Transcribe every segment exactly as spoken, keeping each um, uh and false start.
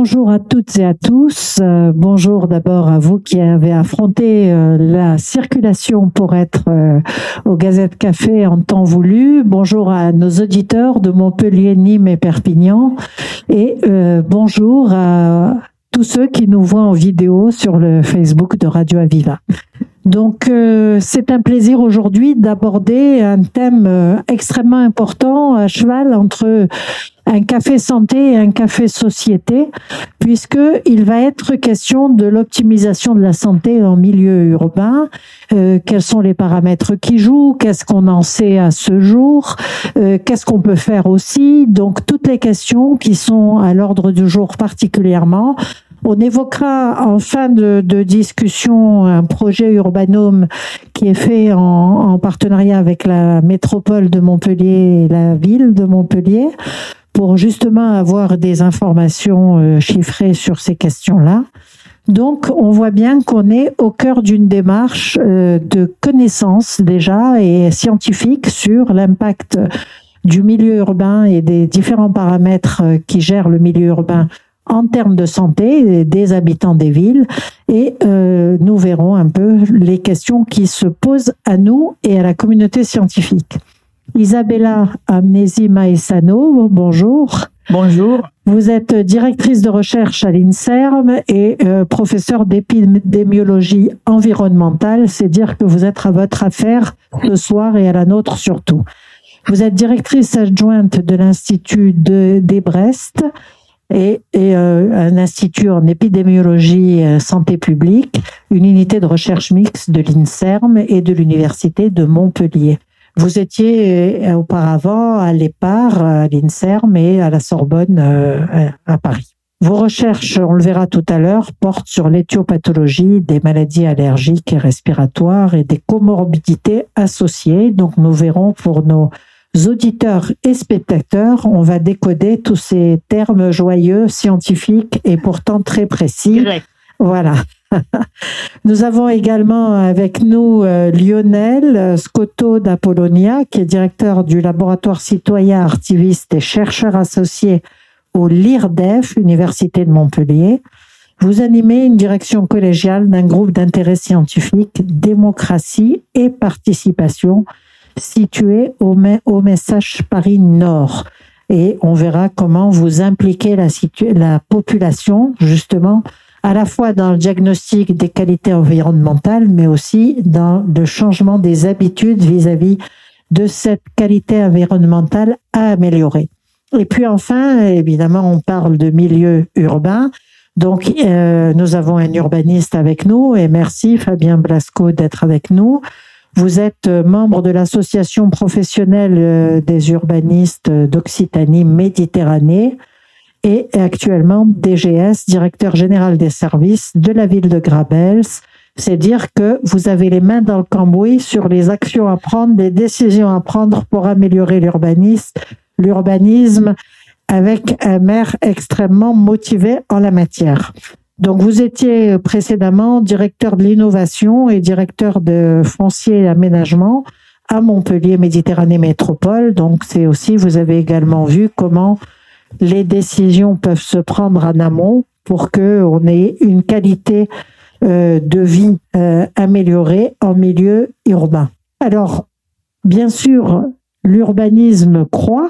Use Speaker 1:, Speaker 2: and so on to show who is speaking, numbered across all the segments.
Speaker 1: bonjour à toutes et à tous. Euh, bonjour d'abord à vous qui avez affronté euh, la circulation pour être euh, au Gazette Café en temps voulu. Bonjour à nos auditeurs de Montpellier, Nîmes et Perpignan. Et euh, bonjour à tous ceux qui nous voient en vidéo sur le Facebook de Radio Aviva. Donc, euh, c'est un plaisir aujourd'hui d'aborder un thème euh, extrêmement important à cheval entre un café santé et un café société, puisqu'il va être question de l'optimisation de la santé en milieu urbain. Euh, quels sont les paramètres qui jouent? Qu'est-ce qu'on en sait à ce jour? euh, Qu'est-ce qu'on peut faire aussi? Donc, toutes les questions qui sont à l'ordre du jour particulièrement. On évoquera en fin de, de discussion un projet Urbanome qui est fait en, en partenariat avec la métropole de Montpellier et la ville de Montpellier pour justement avoir des informations euh, chiffrées sur ces questions-là. Donc, on voit bien qu'on est au cœur d'une démarche euh, de connaissance déjà et scientifique sur l'impact du milieu urbain et des différents paramètres qui gèrent le milieu urbain en termes de santé des habitants des villes, et euh, nous verrons un peu les questions qui se posent à nous et à la communauté scientifique. Isabella Amnesi Maessano, bonjour.
Speaker 2: Bonjour.
Speaker 1: Vous êtes directrice de recherche à l'INSERM et euh, professeure d'épidémiologie environnementale, c'est dire que vous êtes à votre affaire ce soir et à la nôtre surtout. Vous êtes directrice adjointe de l'Institut de, des Brest, et, et euh, un institut en épidémiologie euh, santé publique, une unité de recherche mixte de l'INSERM et de l'Université de Montpellier. Vous étiez euh, auparavant à l'EPAR, à l'INSERM et à la Sorbonne euh, à Paris. Vos recherches, on le verra tout à l'heure, portent sur l'éthiopathologie des maladies allergiques et respiratoires et des comorbidités associées. Donc nous verrons pour nos auditeurs et spectateurs, on va décoder tous ces termes joyeux, scientifiques et pourtant très précis.
Speaker 2: Direct.
Speaker 1: Voilà. Nous avons également avec nous euh, Lionel Scotto d'Apollonia, qui est directeur du laboratoire citoyen, archiviste et chercheur associé au LIRDEF, Université de Montpellier. Vous animez une direction collégiale d'un groupe d'intérêt scientifique, démocratie et participation, situé au, au Message Paris Nord. Et on verra comment vous impliquez la, la population, justement, à la fois dans le diagnostic des qualités environnementales, mais aussi dans le changement des habitudes vis-à-vis de cette qualité environnementale à améliorer. Et puis enfin, évidemment, on parle de milieu urbain. Donc, euh, nous avons un urbaniste avec nous, et merci Fabien Blasco d'être avec nous. Vous êtes membre de l'association professionnelle des urbanistes d'Occitanie Méditerranée et actuellement D G S, directeur général des services de la ville de Grabels. C'est dire que vous avez les mains dans le cambouis sur les actions à prendre, les décisions à prendre pour améliorer l'urbanisme, l'urbanisme avec un maire extrêmement motivé en la matière. Donc, vous étiez précédemment directeur de l'innovation et directeur de foncier et aménagement à Montpellier Méditerranée Métropole. Donc, c'est aussi, vous avez également vu comment les décisions peuvent se prendre en amont pour qu'on ait une qualité euh, de vie euh, améliorée en milieu urbain. Alors, bien sûr, l'urbanisme croît.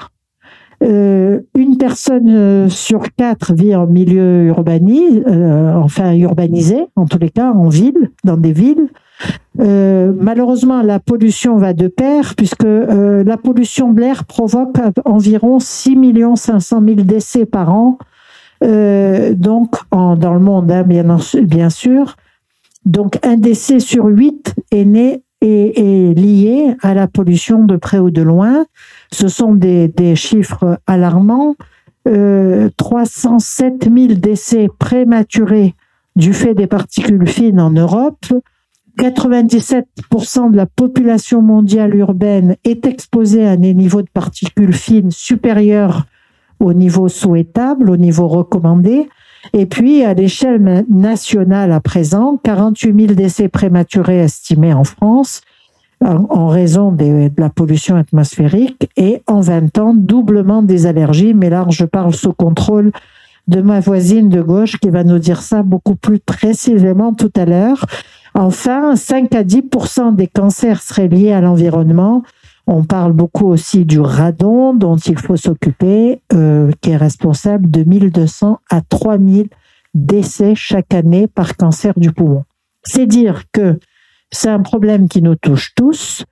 Speaker 1: Euh, une personne sur quatre vit en milieu urbanisé, euh, enfin urbanisé, en tous les cas en ville, dans des villes. Euh, malheureusement, la pollution va de pair, puisque euh, la pollution de l'air provoque environ six millions cinq cent mille décès par an, euh, donc en, dans le monde, hein, bien, bien sûr. Donc un décès sur huit est né et est lié à la pollution de près ou de loin. Ce sont des, des chiffres alarmants. Euh, trois cent sept mille décès prématurés du fait des particules fines en Europe. quatre-vingt-dix-sept pour cent de la population mondiale urbaine est exposée à des niveaux de particules fines supérieurs au niveau souhaitable, au niveau recommandé. Et puis, à l'échelle nationale à présent, quarante-huit mille décès prématurés estimés en France en, en raison des, de la pollution atmosphérique, et en vingt ans, doublement des allergies, mais là, je parle sous contrôle de ma voisine de gauche qui va nous dire ça beaucoup plus précisément tout à l'heure. Enfin, cinq à dix pour cent des cancers seraient liés à l'environnement. On parle beaucoup aussi du radon dont il faut s'occuper, euh, qui est responsable de mille deux cents à trois mille décès chaque année par cancer du poumon. C'est dire que c'est un problème qui nous touche tous.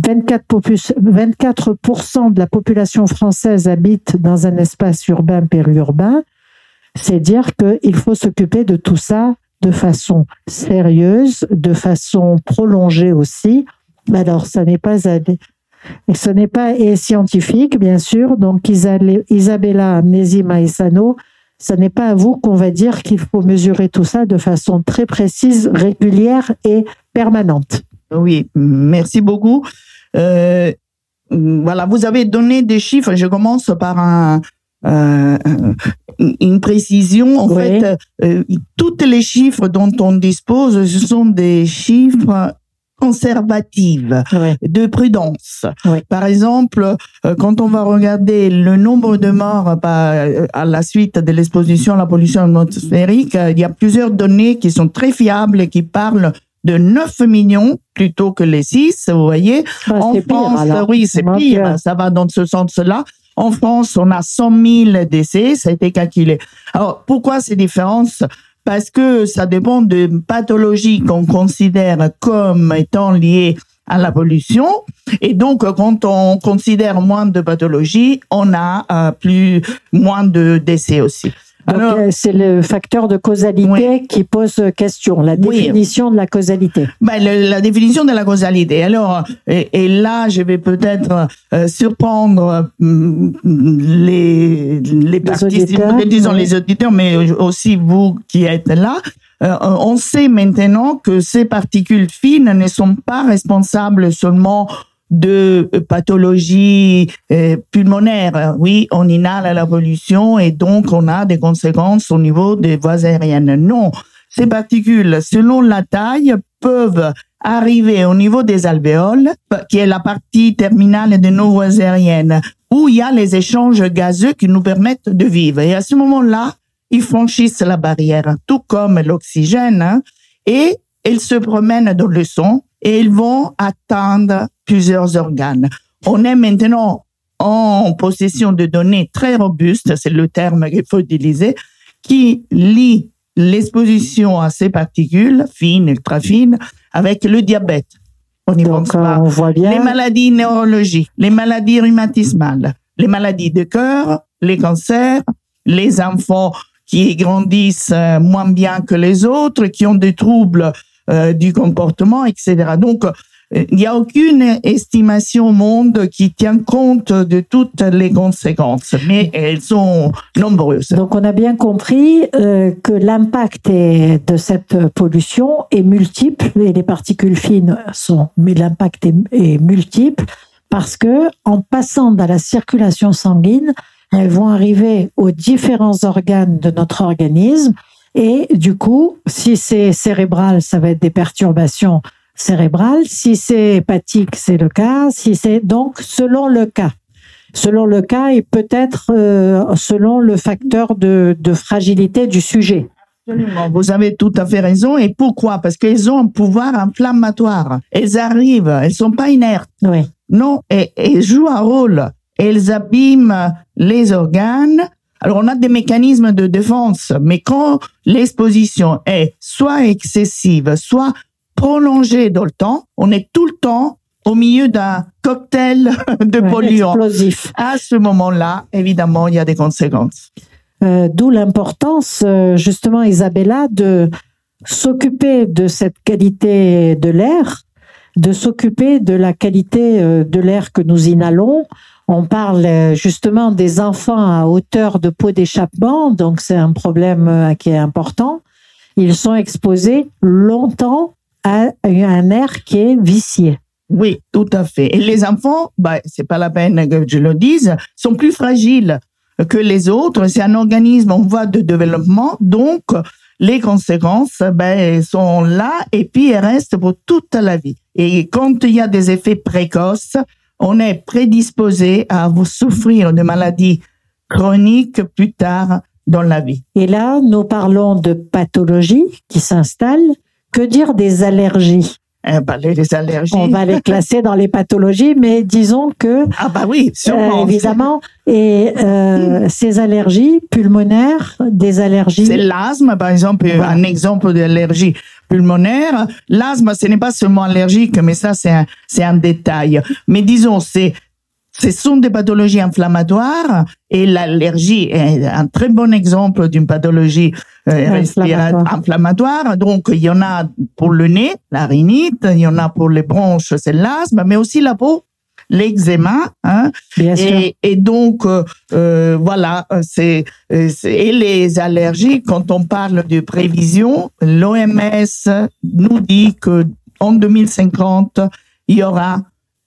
Speaker 1: vingt-quatre pour cent de la population française habite dans un espace urbain périurbain. C'est dire qu'il faut s'occuper de tout ça de façon sérieuse, de façon prolongée aussi. Alors, ça n'est pas, et ce n'est pas et scientifique, bien sûr. Donc, Isabella Amnesi-Maessano, ce n'est pas à vous qu'on va dire qu'il faut mesurer tout ça de façon très précise, régulière et permanente.
Speaker 2: Oui, merci beaucoup. Euh, voilà, vous avez donné des chiffres. Je commence par un, euh, une précision. En oui. fait, euh, tous les chiffres dont on dispose, ce sont des chiffres conservative, oui. de prudence. Oui. Par exemple, quand on va regarder le nombre de morts à la suite de l'exposition à la pollution atmosphérique, il y a plusieurs données qui sont très fiables et qui parlent de neuf millions plutôt que les six, vous voyez.
Speaker 1: Bah,
Speaker 2: en
Speaker 1: c'est
Speaker 2: France,
Speaker 1: pire, alors.
Speaker 2: oui, c'est pire, pire, ça va dans ce sens-là. En France, on a cent mille décès, ça a été calculé. Alors, pourquoi ces différences ? Parce que ça dépend de pathologies qu'on considère comme étant liées à la pollution. Et donc, quand on considère moins de pathologies, on a euh, plus, moins de décès aussi.
Speaker 1: Donc, Alors, c'est le facteur de causalité oui. qui pose question, la définition oui. de la causalité.
Speaker 2: Ben, le, la définition de la causalité. Alors, et, et là, je vais peut-être euh, surprendre euh, les, les participants, disons oui. les auditeurs, mais aussi vous qui êtes là. Euh, on sait maintenant que ces particules fines ne sont pas responsables seulement de pathologies euh, pulmonaires. Oui, on inhale la pollution et donc on a des conséquences au niveau des voies aériennes. Non, ces particules, selon la taille, peuvent arriver au niveau des alvéoles, qui est la partie terminale de nos voies aériennes, où il y a les échanges gazeux qui nous permettent de vivre. Et à ce moment-là, ils franchissent la barrière, tout comme l'oxygène, hein, et ils se promènent dans le sang et ils vont atteindre plusieurs organes. On est maintenant en possession de données très robustes, c'est le terme qu'il faut utiliser, qui lient l'exposition à ces particules fines, ultra fines, avec le diabète. On y
Speaker 1: Donc,
Speaker 2: pense pas.
Speaker 1: On voit bien.
Speaker 2: Les maladies neurologiques, les maladies rhumatismales, les maladies de cœur, les cancers, les enfants qui grandissent moins bien que les autres, qui ont des troubles euh, du comportement, et cetera. Donc, il n'y a aucune estimation au monde qui tient compte de toutes les conséquences, mais elles sont nombreuses.
Speaker 1: Donc, on a bien compris euh, que l'impact est, de cette pollution est multiple, et les particules fines sont, mais l'impact est, est multiple, parce que en passant dans la circulation sanguine, elles vont arriver aux différents organes de notre organisme, et du coup, si c'est cérébral, ça va être des perturbations cérébrale, si c'est hépatique, c'est le cas, si c'est donc selon le cas, selon le cas et peut-être euh, selon le facteur de, de fragilité du sujet.
Speaker 2: Absolument, vous avez tout à fait raison. Et pourquoi ? Parce qu'elles ont un pouvoir inflammatoire. Elles arrivent, elles sont pas inertes.
Speaker 1: Oui.
Speaker 2: Non, et elles jouent un rôle. Elles abîment les organes. Alors, on a des mécanismes de défense, mais quand l'exposition est soit excessive, soit prolongé dans le temps, on est tout le temps au milieu d'un cocktail de ouais, polluants.
Speaker 1: Explosif.
Speaker 2: À ce moment-là, évidemment, il y a des conséquences.
Speaker 1: Euh, d'où l'importance, justement, Isabella, de s'occuper de cette qualité de l'air, de s'occuper de la qualité de l'air que nous inhalons. On parle justement des enfants à hauteur de peau d'échappement, donc c'est un problème qui est important. Ils sont exposés longtemps à un air qui est vicié.
Speaker 2: Oui, tout à fait. Et les enfants, bah, c'est pas la peine que je le dise, sont plus fragiles que les autres. C'est un organisme en voie de développement, donc les conséquences, ben, sont là et puis elles restent pour toute la vie. Et quand il y a des effets précoces, on est prédisposé à souffrir de maladies chroniques plus tard dans la vie.
Speaker 1: Et là, nous parlons de pathologies qui s'installent. Que dire des allergies?
Speaker 2: Eh ben, les, les allergies.
Speaker 1: On va les classer dans les pathologies, mais disons que...
Speaker 2: Ah bah oui, sûrement.
Speaker 1: Euh, évidemment. Et euh, ces allergies pulmonaires, des allergies...
Speaker 2: C'est l'asthme, par exemple, voilà. Un exemple d'allergie pulmonaire. L'asthme, ce n'est pas seulement allergique, mais ça, c'est un, c'est un détail. Mais disons, c'est... Ce sont des pathologies inflammatoires et l'allergie est un très bon exemple d'une pathologie euh, respiratoire inflammatoire. Donc, il y en a pour le nez, la rhinite, il y en a pour les bronches, c'est l'asthme, mais aussi la peau, l'eczéma. Hein.
Speaker 1: Bien et, sûr.
Speaker 2: Et donc, euh, voilà, c'est, c'est... Et les allergies, quand on parle de prévision, l'O M S nous dit que en deux mille cinquante, il y aura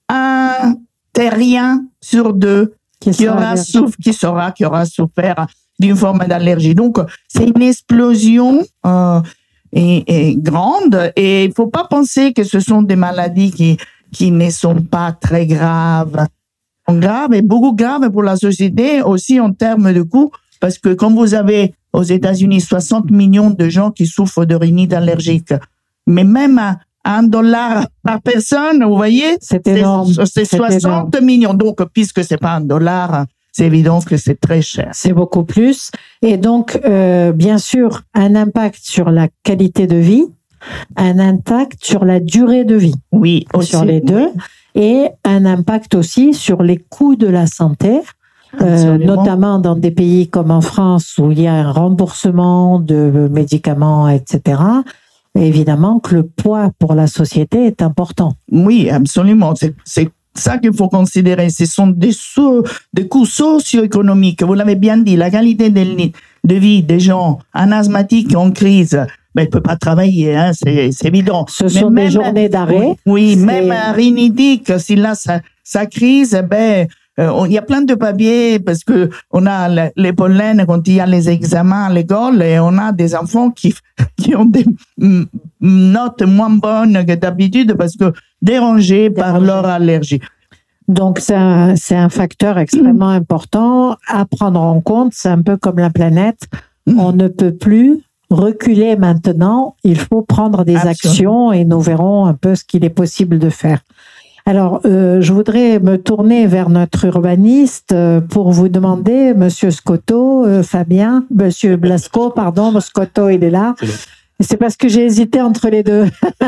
Speaker 2: un terrien sur deux qui, qui aura souffert, qui saura, qui aura souffert d'une forme d'allergie. Donc, c'est une explosion euh, et, et grande. Et il faut pas penser que ce sont des maladies qui qui ne sont pas très graves, graves et beaucoup graves pour la société aussi en termes de coûts, parce que comme vous avez aux États-Unis soixante millions de gens qui souffrent de rhinite allergique, mais même à un dollar par personne, vous voyez,
Speaker 1: c'est énorme.
Speaker 2: C'est soixante millions. Donc, puisque c'est pas un dollar, c'est évident que c'est très cher.
Speaker 1: C'est beaucoup plus. Et donc, euh, bien sûr, un impact sur la qualité de vie, un impact sur la durée de vie.
Speaker 2: Oui, aussi.
Speaker 1: Sur les deux. Et un impact aussi sur les coûts de la santé. Euh, notamment dans des pays comme en France où il y a un remboursement de médicaments, et cetera. Évidemment que le poids pour la société est important.
Speaker 2: Oui, absolument. C'est, c'est ça qu'il faut considérer. Ce sont des, so- des coûts socio-économiques. Vous l'avez bien dit, la qualité de, de vie des gens, un asthmatique en crise, ben, il ne peut pas travailler, hein, c'est, c'est évident.
Speaker 1: Ce Mais sont même, des journées d'arrêt.
Speaker 2: Oui, oui même un rhinitique, si là, ça, ça crise, ben, Euh, il y a plein de papiers parce que on a le, les pollens quand il y a les examens à l'école et on a des enfants qui qui ont des m- notes moins bonnes que d'habitude parce que dérangés par leur allergie.
Speaker 1: Donc c'est un, c'est un facteur extrêmement mmh. important à prendre en compte. C'est un peu comme la planète. Mmh. On ne peut plus reculer maintenant. Il faut prendre des Absolument. actions et nous verrons un peu ce qu'il est possible de faire. Alors, euh, je voudrais me tourner vers notre urbaniste euh, pour vous demander, Monsieur Scotto, euh, Fabien, Monsieur Blasco, pardon, Scotto, il est là. C'est, c'est parce que j'ai hésité entre les deux.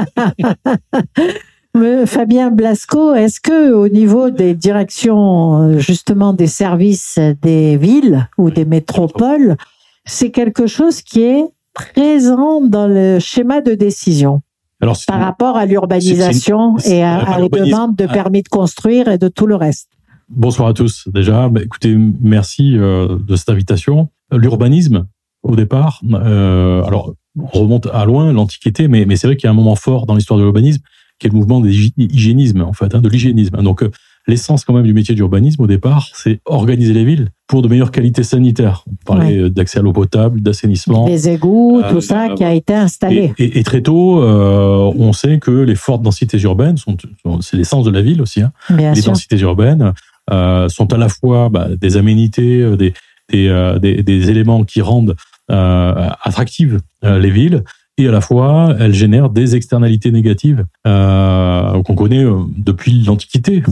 Speaker 1: Fabien Blasco, est-ce que au niveau des directions, justement, des services des villes ou des métropoles, c'est quelque chose qui est présent dans le schéma de décision? Alors, par une, rapport à l'urbanisation c'est, c'est une, et à, à aux demandes de permis de construire et de tout le reste.
Speaker 3: Bonsoir à tous. Déjà, bah, écoutez, merci euh, de cette invitation. L'urbanisme, au départ, euh, alors on remonte à loin, l'Antiquité, mais, mais c'est vrai qu'il y a un moment fort dans l'histoire de l'urbanisme, qui est le mouvement de l'hygiénisme, en fait, hein, de l'hygiénisme. Donc, euh, l'essence quand même du métier d'urbanisme, au départ, c'est organiser les villes pour de meilleures qualités sanitaires. On parlait ouais. d'accès à l'eau potable, d'assainissement.
Speaker 1: Les égouts, euh, tout ça euh, qui a été installé.
Speaker 3: Et, et, et très tôt, euh, on sait que les fortes densités urbaines, sont, c'est l'essence de la ville aussi, hein.
Speaker 1: Bien
Speaker 3: les
Speaker 1: sûr.
Speaker 3: densités urbaines euh, sont à la fois bah, des aménités, des, des, euh, des, des éléments qui rendent euh, attractives euh, les villes, et à la fois, elles génèrent des externalités négatives euh, qu'on connaît euh, depuis l'Antiquité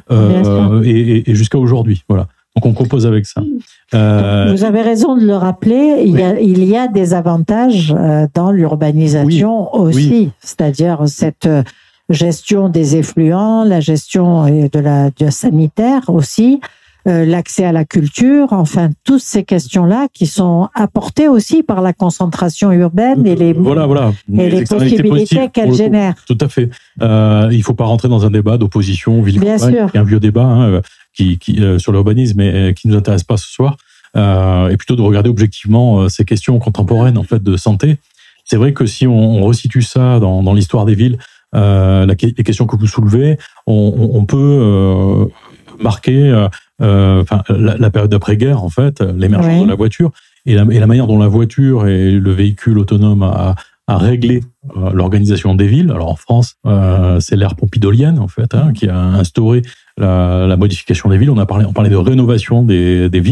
Speaker 3: euh, et, et jusqu'à aujourd'hui. Voilà. Donc on compose avec ça.
Speaker 1: Euh, Vous avez raison de le rappeler, il, oui. y, a, il y a des avantages euh, dans l'urbanisation oui. aussi, oui. c'est-à-dire cette gestion des effluents, la gestion de la, de la sanitaire aussi, euh, l'accès à la culture, enfin toutes ces questions-là qui sont apportées aussi par la concentration urbaine et les,
Speaker 3: voilà, voilà.
Speaker 1: et les, les possibilités qu'elle génère.
Speaker 3: Tout à fait. Euh, il ne faut pas rentrer dans un débat d'opposition ville-campagne, un vieux débat hein, qui, qui, euh, sur l'urbanisme et qui ne nous intéresse pas ce soir, euh, et plutôt de regarder objectivement euh, ces questions contemporaines en fait de santé. C'est vrai que si on, on resitue ça dans, dans l'histoire des villes, euh, la, les questions que vous soulevez, on, on, on peut euh, marquer euh, euh, enfin, la, la période d'après-guerre, en fait, l'émergence oui. de la voiture, et la, et la manière dont la voiture et le véhicule autonome a, a réglé euh, l'organisation des villes. Alors en France, euh, c'est l'ère pompidolienne, en fait, hein, qui a instauré la, la modification des villes. On a parlé, on parlait de rénovation des, des villes.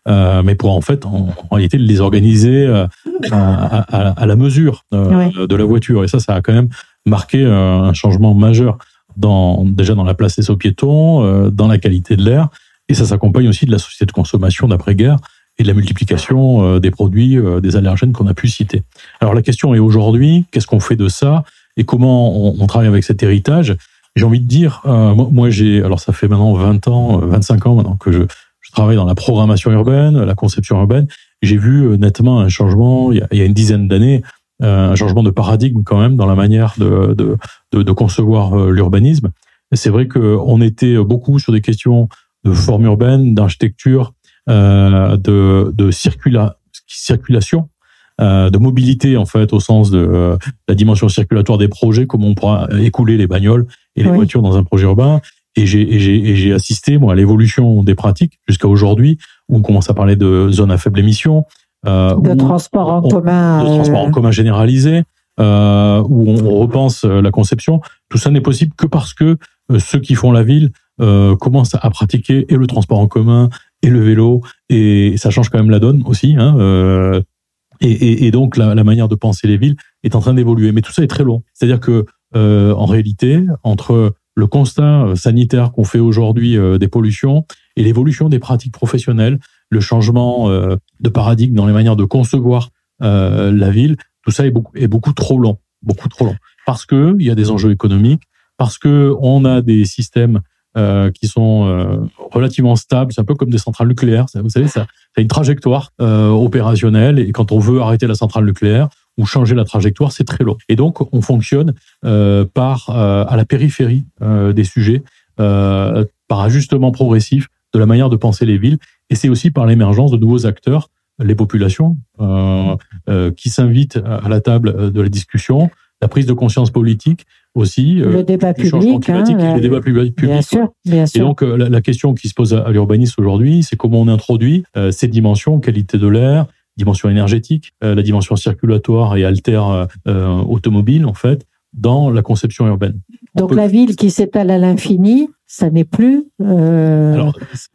Speaker 3: euh, mais pour en fait, en, en réalité, les organiser euh, à, à, à la mesure euh, oui. de la voiture. Et ça, ça a quand même marqué euh, un changement majeur dans, déjà dans la place laissée aux piétons, euh, dans la qualité de l'air, et ça s'accompagne aussi de la société de consommation d'après-guerre et de la multiplication euh, des produits, euh, des allergènes qu'on a pu citer. Alors la question est aujourd'hui, qu'est-ce qu'on fait de ça et comment on, on travaille avec cet héritage? J'ai envie de dire, euh, moi, moi j'ai, alors ça fait maintenant vingt ans, vingt-cinq ans maintenant que je, je travaille dans la programmation urbaine, la conception urbaine. J'ai vu nettement un changement il y a, il y a une dizaine d'années, euh, un changement de paradigme quand même dans la manière de, de, de, de concevoir euh, l'urbanisme. Et c'est vrai qu'on était beaucoup sur des questions de forme urbaine, d'architecture, euh, de, de circula, circulation, euh, de mobilité en fait au sens de euh, la dimension circulatoire des projets, comment on pourra écouler les bagnoles et les oui. voitures dans un projet urbain. Et j'ai, et j'ai, et j'ai assisté moi à l'évolution des pratiques jusqu'à aujourd'hui, où on commence à parler de zones à faible émission, euh,
Speaker 1: de transport en
Speaker 3: on,
Speaker 1: commun,
Speaker 3: de transport en commun généralisé, euh, où on, on repense la conception. Tout ça n'est possible que parce que euh, ceux qui font la ville euh, commencent à pratiquer et le transport en commun et le vélo, et ça change quand même la donne aussi. Hein, euh, et, et, et donc la, la manière de penser les villes est en train d'évoluer, mais tout ça est très long. C'est-à-dire que euh, en réalité, entre le constat sanitaire qu'on fait aujourd'hui euh, des pollutions et l'évolution des pratiques professionnelles, le changement euh, de paradigme dans les manières de concevoir euh, la ville, tout ça est beaucoup, est beaucoup trop long, beaucoup trop long. Parce que il y a des enjeux économiques, parce que on a des systèmes euh, qui sont euh, relativement stables. C'est un peu comme des centrales nucléaires. Ça, vous savez, ça, ça a une trajectoire euh, opérationnelle, et quand on veut arrêter la centrale nucléaire ou changer la trajectoire, c'est très long. Et donc, on fonctionne euh, par euh, à la périphérie euh, des sujets, euh, par ajustement progressif de la manière de penser les villes. Et c'est aussi par l'émergence de nouveaux acteurs, les populations, euh, euh, qui s'invitent à la table de la discussion, la prise de conscience politique aussi,
Speaker 1: le
Speaker 3: euh,
Speaker 1: débat
Speaker 3: du
Speaker 1: public,
Speaker 3: climatique,
Speaker 1: hein,
Speaker 3: les débats publics.
Speaker 1: Bien sûr, bien sûr.
Speaker 3: Et donc, euh, la, la question qui se pose à, à l'urbanisme aujourd'hui, c'est comment on introduit euh, ces dimensions, qualité de l'air, dimension énergétique, euh, la dimension circulatoire et alter euh, automobile, en fait, dans la conception urbaine. On
Speaker 1: Donc
Speaker 3: peut...
Speaker 1: la ville qui s'étale à l'infini, ça n'est plus, euh, Alors,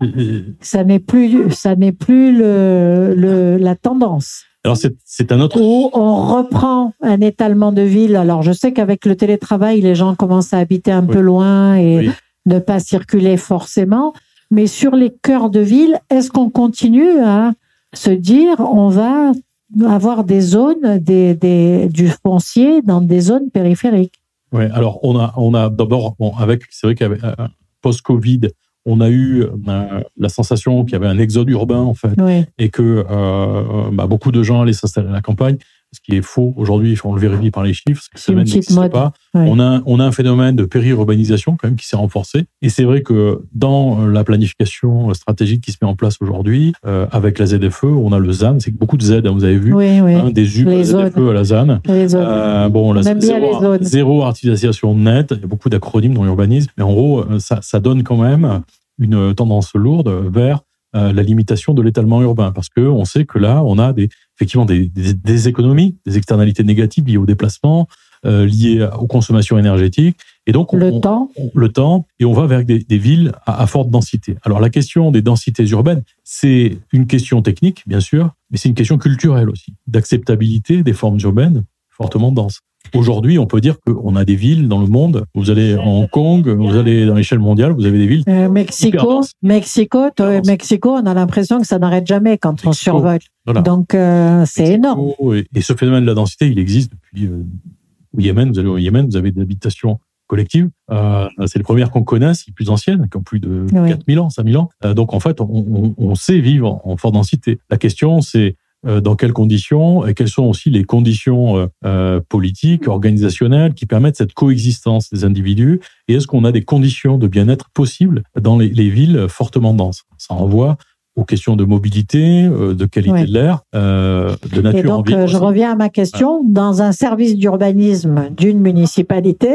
Speaker 1: ça n'est plus, ça n'est plus le, le, la tendance.
Speaker 3: Alors c'est, c'est un autre.
Speaker 1: Où on reprend un étalement de ville. Alors je sais qu'avec le télétravail, les gens commencent à habiter un oui. peu loin et oui. ne pas circuler forcément. Mais sur les cœurs de ville, est-ce qu'on continue à se dire on va avoir des zones, des, des, du foncier dans des zones périphériques?
Speaker 3: Oui, alors on a, on a d'abord, bon, avec, c'est vrai qu'avec euh, post-Covid, on a eu euh, la sensation qu'il y avait un exode urbain, en fait,
Speaker 1: oui.
Speaker 3: et que euh, bah, beaucoup de gens allaient s'installer à la campagne, ce qui est faux aujourd'hui, on le vérifie par les chiffres, ce phénomène n'existe pas. Oui. On, a, on a un phénomène de péri-urbanisation quand même qui s'est renforcé, et c'est vrai que dans la planification stratégique qui se met en place aujourd'hui, euh, avec la Z F E, on a le Z A N, c'est beaucoup de Z, hein, vous avez vu,
Speaker 1: oui, oui.
Speaker 3: Hein, des U à la Z F E à la Z A N.
Speaker 1: Euh,
Speaker 3: bon, la zéro, zéro artificialisation nette, il y a beaucoup d'acronymes dans l'urbanisme, mais en gros, ça, ça donne quand même une tendance lourde vers euh, la limitation de l'étalement urbain, parce que on sait que là, on a des, effectivement des, des, des économies, des externalités négatives liées au déplacement, euh, liées aux consommations énergétiques, et donc
Speaker 1: le
Speaker 3: on,
Speaker 1: temps,
Speaker 3: on, le temps, et on va vers des, des villes à, à forte densité. Alors la question des densités urbaines, c'est une question technique, bien sûr, mais c'est une question culturelle aussi, d'acceptabilité des formes urbaines fortement denses. Aujourd'hui, on peut dire qu'on a des villes dans le monde. Vous allez à Hong Kong, vous allez dans l'échelle mondiale, vous avez des villes.
Speaker 1: Euh, Mexico, Mexico, toi, Mexico, on a l'impression que ça n'arrête jamais quand Mexico, on survole. Voilà. Donc euh, c'est Mexico, énorme.
Speaker 3: Et, et ce phénomène de la densité, il existe depuis euh, au Yémen. Vous allez au Yémen, vous avez des habitations collectives. Euh, c'est les premières qu'on connaisse, les plus anciennes, qui ont plus de oui. quatre mille ans, cinq mille ans. Euh, donc en fait, on, on, on sait vivre en, en forte densité. La question, c'est dans quelles conditions et quelles sont aussi les conditions euh, politiques, organisationnelles qui permettent cette coexistence des individus, et est-ce qu'on a des conditions de bien-être possibles dans les, les villes fortement denses. Ça renvoie aux questions de mobilité, euh, de qualité ouais. de l'air, euh, de nature
Speaker 1: et donc,
Speaker 3: en ville.
Speaker 1: Euh, je reviens à ma question. Ouais. Dans un service d'urbanisme d'une municipalité,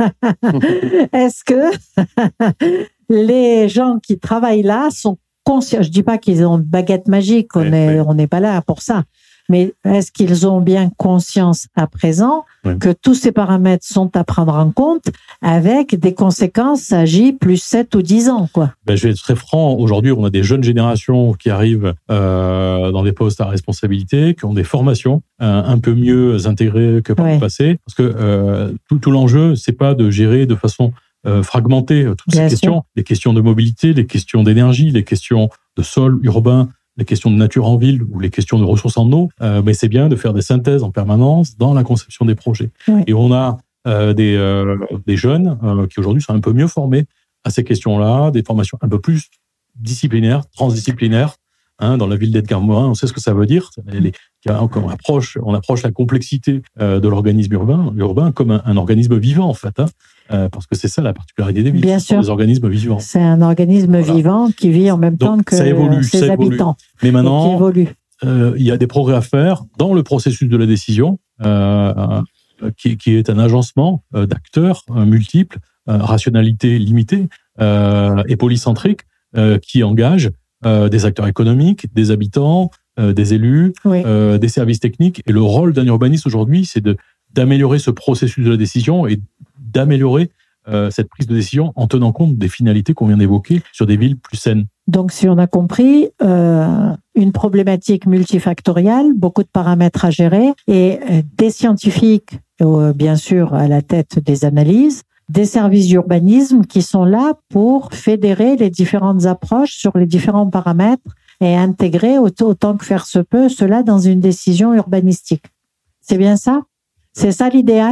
Speaker 1: est-ce que les gens qui travaillent là sont conscients? Je dis pas qu'ils ont une baguette magique, on ouais, est, ouais. on n'est pas là pour ça. Mais est-ce qu'ils ont bien conscience à présent oui. que tous ces paramètres sont à prendre en compte avec des conséquences à J plus sept ou dix ans, quoi?
Speaker 3: Ben, je vais être très franc. Aujourd'hui, on a des jeunes générations qui arrivent euh, dans des postes à responsabilité, qui ont des formations euh, un peu mieux intégrées que par oui. le passé. Parce que euh, tout, tout l'enjeu, c'est pas de gérer de façon euh, fragmentée toutes Bien ces sûr. questions. Les questions de mobilité, les questions d'énergie, les questions de sol urbain, les questions de nature en ville ou les questions de ressources en eau, euh, mais c'est bien de faire des synthèses en permanence dans la conception des projets. Oui. Et on a euh, des, euh, des jeunes euh, qui aujourd'hui sont un peu mieux formés à ces questions-là, des formations un peu plus disciplinaires, transdisciplinaires. Hein, dans la ville d'Edgar Morin, on sait ce que ça veut dire. Les, on, approche, on approche la complexité euh, de l'organisme urbain, urbain comme un, un organisme vivant, en fait. Hein, euh, parce que c'est ça la particularité des villes.
Speaker 1: Bien sûr.
Speaker 3: Des organismes vivants.
Speaker 1: C'est un organisme voilà. vivant qui vit en même Donc, temps que
Speaker 3: ça évolue,
Speaker 1: ses
Speaker 3: ça
Speaker 1: habitants.
Speaker 3: Évolue. Mais maintenant, il euh, y a des progrès à faire dans le processus de la décision, euh, euh, qui, qui est un agencement euh, d'acteurs euh, multiples, euh, rationalité limitée euh, et polycentrique, euh, qui engage Euh, des acteurs économiques, des habitants, euh, des élus, oui. euh, des services techniques. Et le rôle d'un urbaniste aujourd'hui, c'est de, d'améliorer ce processus de la décision et d'améliorer euh, cette prise de décision en tenant compte des finalités qu'on vient d'évoquer sur des villes plus saines.
Speaker 1: Donc, si on a compris, euh, une problématique multifactorielle, beaucoup de paramètres à gérer et euh, des scientifiques, euh, bien sûr, à la tête des analyses, des services d'urbanisme qui sont là pour fédérer les différentes approches sur les différents paramètres et intégrer autant que faire se peut cela dans une décision urbanistique. C'est bien ça? C'est ça l'idéal?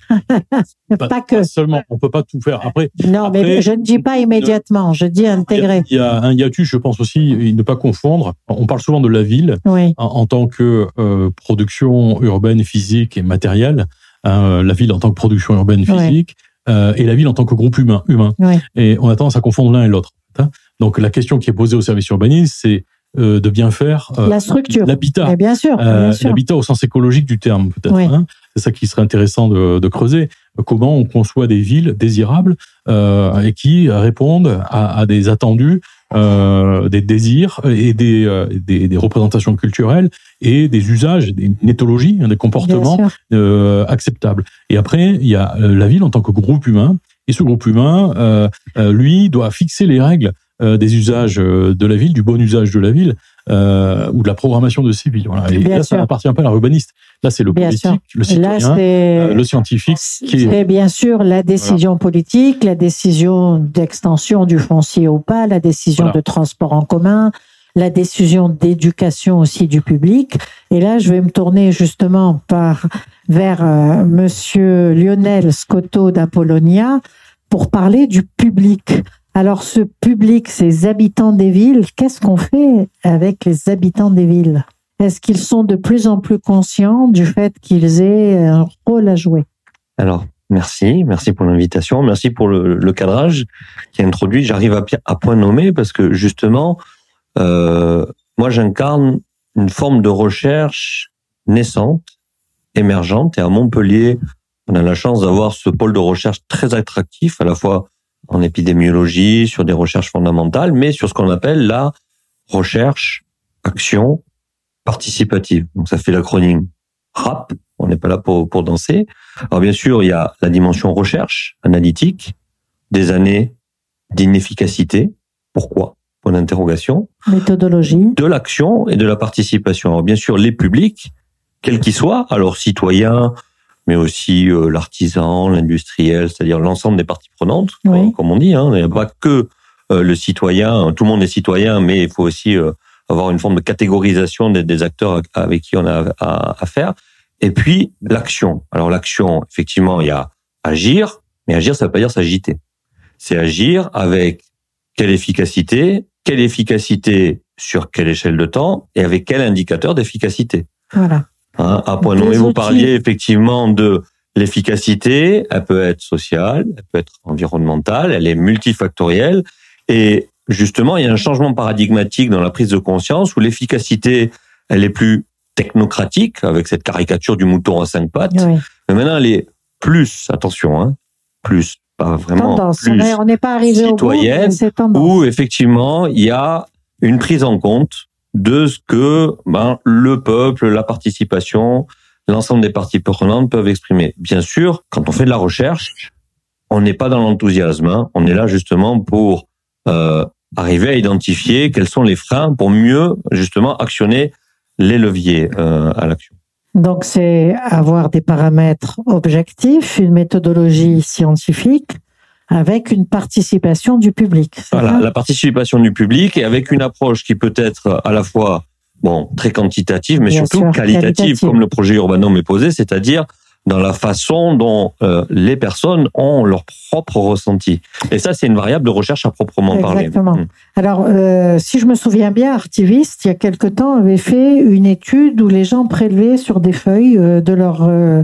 Speaker 3: Pas, pas que. Pas seulement, on peut pas tout faire. Après.
Speaker 1: Non,
Speaker 3: après,
Speaker 1: mais je ne dis pas immédiatement, je dis intégrer.
Speaker 3: Il y a un hiatus, je pense aussi, et ne pas confondre. On parle souvent de la ville
Speaker 1: oui.
Speaker 3: en, en tant que euh, production urbaine, physique et matérielle. Hein, la ville en tant que production urbaine, physique. Oui. Euh, et la ville en tant que groupe humain. humain.
Speaker 1: Oui.
Speaker 3: Et on a tendance à confondre l'un et l'autre. Hein. Donc la question qui est posée au service urbanisme, c'est euh, de bien faire euh,
Speaker 1: la structure,
Speaker 3: l'habitat.
Speaker 1: Mais bien sûr,
Speaker 3: euh,
Speaker 1: bien sûr.
Speaker 3: L'habitat au sens écologique du terme, peut-être.
Speaker 1: Oui.
Speaker 3: Hein. C'est ça qui serait intéressant de, de creuser. Comment on conçoit des villes désirables euh, et qui répondent à, à des attendus, euh, des désirs et des, euh, des, des représentations culturelles et des usages, des méthodologies, des comportements euh, acceptables. Et après, il y a la ville en tant que groupe humain. Et ce groupe humain, euh, euh, lui, doit fixer les règles euh, des usages de la ville, du bon usage de la ville, euh, ou de la programmation de ces villes. Voilà. Et Bien là, sûr. Ça n'appartient pas à l'urbaniste. Là, c'est le bien politique, sûr. Le citoyen, là, euh, le scientifique.
Speaker 1: Qui est... C'est bien sûr la décision voilà. politique, la décision d'extension du foncier ou pas, la décision voilà. de transport en commun, la décision d'éducation aussi du public. Et là, je vais me tourner justement par, vers euh, Monsieur Lionel Scotto d'Apollonia pour parler du public. Alors, ce public, ces habitants des villes, qu'est-ce qu'on fait avec les habitants des villes? Est-ce qu'ils sont de plus en plus conscients du fait qu'ils aient un rôle à jouer?
Speaker 4: Alors, merci. Merci pour l'invitation. Merci pour le, le cadrage qui est introduit. J'arrive à, à point nommé parce que, justement, euh, moi, j'incarne une forme de recherche naissante, émergente. Et à Montpellier, on a la chance d'avoir ce pôle de recherche très attractif, à la fois en épidémiologie, sur des recherches fondamentales, mais sur ce qu'on appelle la recherche, action, participative. Donc ça fait l'acronyme RAP, on n'est pas là pour, pour danser. Alors bien sûr, il y a la dimension recherche, analytique, des années d'inefficacité. Pourquoi? Point d'interrogation.
Speaker 1: Méthodologie.
Speaker 4: De l'action et de la participation. Alors bien sûr, les publics, quels qu'ils soient, alors citoyens, mais aussi euh, l'artisan, l'industriel, c'est-à-dire l'ensemble des parties prenantes, oui. comme, comme on dit. Hein. Il n'y a pas que euh, le citoyen, tout le monde est citoyen, mais il faut aussi euh, avoir une forme de catégorisation des, des acteurs avec qui on a à, à faire. Et puis, l'action. Alors l'action, effectivement, il y a agir, mais agir, ça ne veut pas dire s'agiter. C'est agir avec quelle efficacité, quelle efficacité sur quelle échelle de temps, et avec quel indicateur d'efficacité.
Speaker 1: Voilà.
Speaker 4: Hein, à point nommé, vous parliez effectivement de l'efficacité, elle peut être sociale, elle peut être environnementale, elle est multifactorielle. Et justement, il y a un changement paradigmatique dans la prise de conscience où l'efficacité, elle est plus technocratique, avec cette caricature du mouton à cinq pattes. Oui. Mais maintenant, elle est plus, attention, hein, plus, pas vraiment
Speaker 1: tendance.
Speaker 4: plus
Speaker 1: on n'est pas arrivé
Speaker 4: citoyenne,
Speaker 1: au bout,
Speaker 4: où effectivement, il y a une prise en compte de ce que ben, le peuple, la participation, l'ensemble des parties prenantes peuvent exprimer. Bien sûr, quand on fait de la recherche, on n'est pas dans l'enthousiasme. Hein. On est là justement pour euh, arriver à identifier quels sont les freins pour mieux justement actionner les leviers euh, à l'action.
Speaker 1: Donc, c'est avoir des paramètres objectifs, une méthodologie scientifique, avec une participation du public.
Speaker 4: Voilà, ça la participation du public et avec une approche qui peut être à la fois bon très quantitative, mais Bien surtout sûr, qualitative, qualitative, comme le projet Urbanome est posé, c'est-à-dire dans la façon dont euh, les personnes ont leur propre ressenti. Et ça, c'est une variable de recherche à proprement parler.
Speaker 1: Exactement. Mmh. Alors, euh, si je me souviens bien, Artivist, il y a quelque temps, avait fait une étude où les gens prélevaient sur des feuilles euh, de leur euh,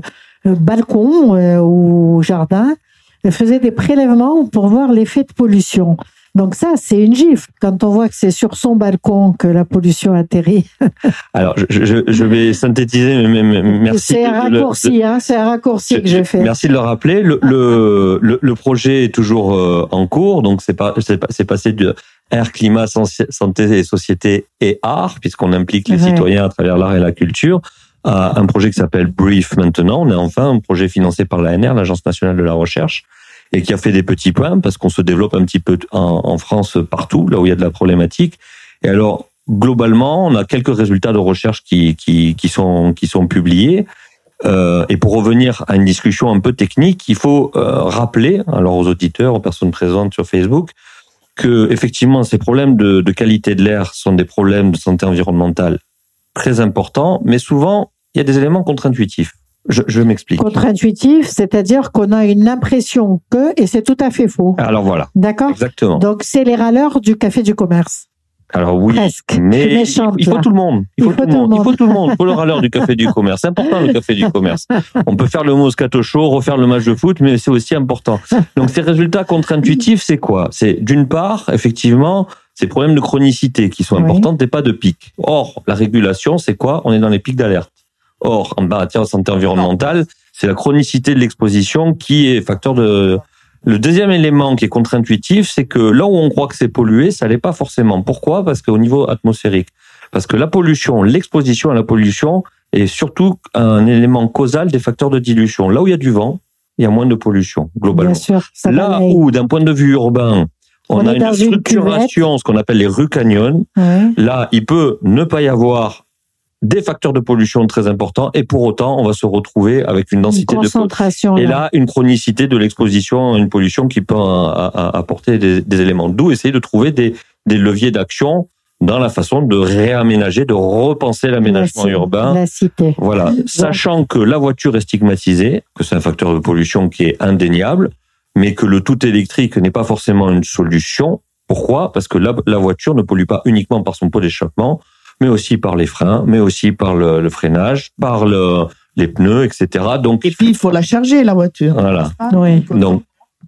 Speaker 1: balcon euh, ou jardin, faisaient des prélèvements pour voir l'effet de pollution. Donc ça, c'est une gifle. Quand on voit que c'est sur son balcon que la pollution atterrit.
Speaker 4: Alors, je, je, je vais synthétiser, mais, mais merci.
Speaker 1: C'est un raccourci, hein, c'est un raccourci que j'ai fait.
Speaker 4: Merci de le rappeler. Le, le, le, le projet est toujours en cours, donc c'est pas, c'est pas, c'est passé de air, climat, santé et société et art, puisqu'on implique les ouais. citoyens à travers l'art et la culture, à un projet qui s'appelle Brief maintenant. On est enfin un projet financé par l'A N R, l'Agence nationale de la recherche, et qui a fait des petits points parce qu'on se développe un petit peu en, en France partout, là où il y a de la problématique. Et alors, globalement, on a quelques résultats de recherche qui, qui, qui sont, qui sont publiés. Euh, et pour revenir à une discussion un peu technique, il faut euh, rappeler, alors aux auditeurs, aux personnes présentes sur Facebook, que effectivement, ces problèmes de, de qualité de l'air sont des problèmes de santé environnementale très importants, mais souvent, il y a des éléments contre-intuitifs. Je, je m'explique.
Speaker 1: Contre-intuitif, c'est-à-dire qu'on a une impression que, et c'est tout à fait faux.
Speaker 4: Alors voilà.
Speaker 1: D'accord.
Speaker 4: Exactement.
Speaker 1: Donc c'est les râleurs du café du commerce.
Speaker 4: Alors oui,
Speaker 1: Presque.
Speaker 4: mais méchante, il faut là. tout le monde. Il faut, il faut tout, tout le monde. monde. Il faut tout le monde. Il faut le râleur du café du commerce. C'est important le café du commerce. On peut faire le Moscato Show, refaire le match de foot, mais c'est aussi important. Donc ces résultats contre-intuitifs, c'est quoi? C'est d'une part, effectivement, ces problèmes de chronicité qui sont oui. importants et pas de pics. Or, la régulation, c'est quoi? On est dans les pics d'alerte. Or, en matière de santé environnementale, c'est la chronicité de l'exposition qui est facteur de... Le deuxième élément qui est contre-intuitif, c'est que là où on croit que c'est pollué, ça l'est pas forcément. Pourquoi? Parce qu'au niveau atmosphérique. Parce que la pollution, l'exposition à la pollution est surtout un élément causal des facteurs de dilution. Là où il y a du vent, il y a moins de pollution, globalement.
Speaker 1: Bien sûr, ça
Speaker 4: là
Speaker 1: va
Speaker 4: où, d'un point de vue urbain, on, on a une structuration, une ce qu'on appelle les rues canyons,
Speaker 1: oui.
Speaker 4: là, il peut ne pas y avoir des facteurs de pollution très importants et pour autant, on va se retrouver avec une densité
Speaker 1: une
Speaker 4: concentration, de et là, une chronicité de l'exposition à une pollution qui peut apporter des, des éléments. D'où essayer de trouver des, des leviers d'action dans la façon de réaménager, de repenser l'aménagement urbain.
Speaker 1: La cité.
Speaker 4: Voilà, Donc. Sachant que la voiture est stigmatisée, que c'est un facteur de pollution qui est indéniable, mais que le tout électrique n'est pas forcément une solution. Pourquoi? Parce que la, la voiture ne pollue pas uniquement par son pot d'échappement, mais aussi par les freins, mais aussi par le, le freinage, par le, les pneus, et cetera. Donc,
Speaker 2: et puis, il faut la charger, la voiture.
Speaker 4: Voilà.
Speaker 1: Oui.
Speaker 4: Donc,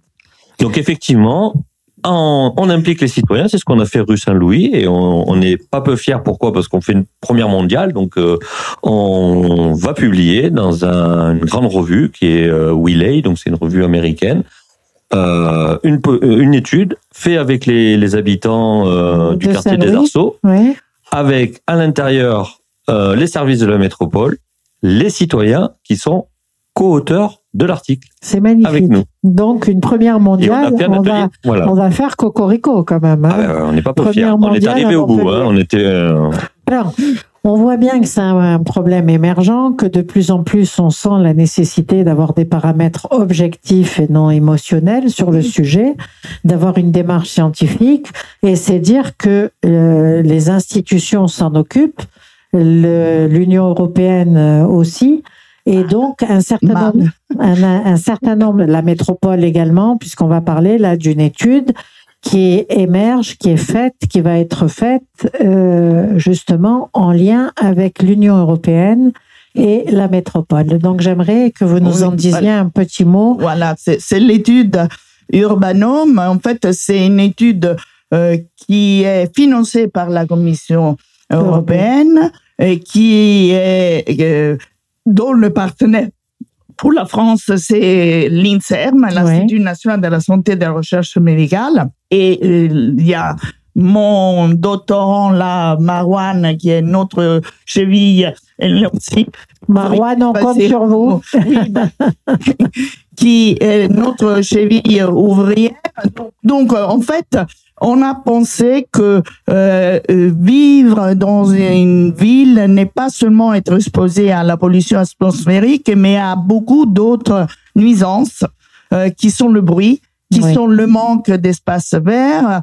Speaker 4: donc effectivement, on, on implique les citoyens, c'est ce qu'on a fait rue Saint-Louis, et on n'est pas peu fiers. Pourquoi? Parce qu'on fait une première mondiale, donc euh, on va publier dans un, une grande revue qui est euh, Wiley, donc c'est une revue américaine, euh, une, une étude faite avec les, les habitants euh, du quartier des Arceaux.
Speaker 1: Oui.
Speaker 4: Avec à l'intérieur euh, les services de la métropole, les citoyens qui sont co-auteurs de l'article.
Speaker 1: C'est magnifique.
Speaker 4: Avec nous.
Speaker 1: Donc une première mondiale, on, on, va, voilà. on va faire cocorico quand même. Hein.
Speaker 4: Ah ben, on n'est pas peu fiers. On est arrivé au bout. Hein. On était. Euh...
Speaker 1: Alors, on voit bien que c'est un problème émergent, que de plus en plus on sent la nécessité d'avoir des paramètres objectifs et non émotionnels sur le sujet, d'avoir une démarche scientifique, et c'est dire que euh, les institutions s'en occupent, le, l'Union européenne aussi, et donc un certain nombre, un, un certain nombre, la métropole également, puisqu'on va parler là d'une étude qui émerge, qui est faite, qui va être faite euh, justement en lien avec l'Union européenne et la métropole. Donc j'aimerais que vous nous oui, en disiez voilà. un petit mot.
Speaker 2: Voilà, c'est, c'est l'étude Urbanome. En fait, c'est une étude euh, qui est financée par la Commission européenne et qui est euh, dont le partenaire pour la France, c'est l'INSERM, l'Institut oui. national de la santé et de la recherche médicale. Et euh, il y a mon doctorant là, Marouane, qui est notre cheville, elle aussi.
Speaker 1: Marouane, on compte sur vous.
Speaker 2: Oui, ben, qui est notre cheville ouvrière. Donc, en fait, on a pensé que euh, vivre dans une ville n'est pas seulement être exposé à la pollution atmosphérique, mais à beaucoup d'autres nuisances euh, qui sont le bruit, qui oui. sont le manque d'espace vert,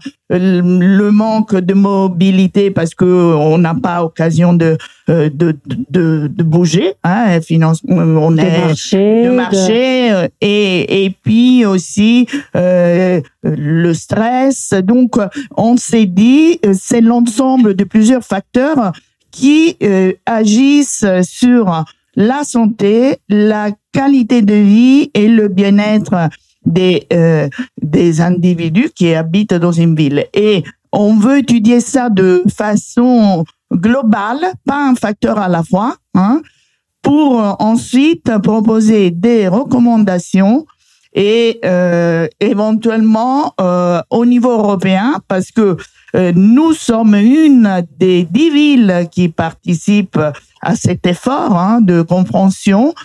Speaker 2: le manque de mobilité parce que on n'a pas occasion de de de, de bouger, hein, finance, on est
Speaker 1: de marcher,
Speaker 2: de marcher de... et et puis aussi euh, le stress. Donc on s'est dit c'est l'ensemble de plusieurs facteurs qui euh, agissent sur la santé, la qualité de vie et le bien-être des euh, des individus qui habitent dans une ville. Et on veut étudier ça de façon globale, pas un facteur à la fois, hein, pour ensuite proposer des recommandations et euh, éventuellement euh, au niveau européen, parce que euh, nous sommes une des dix villes qui participent à cet effort hein, de compréhension.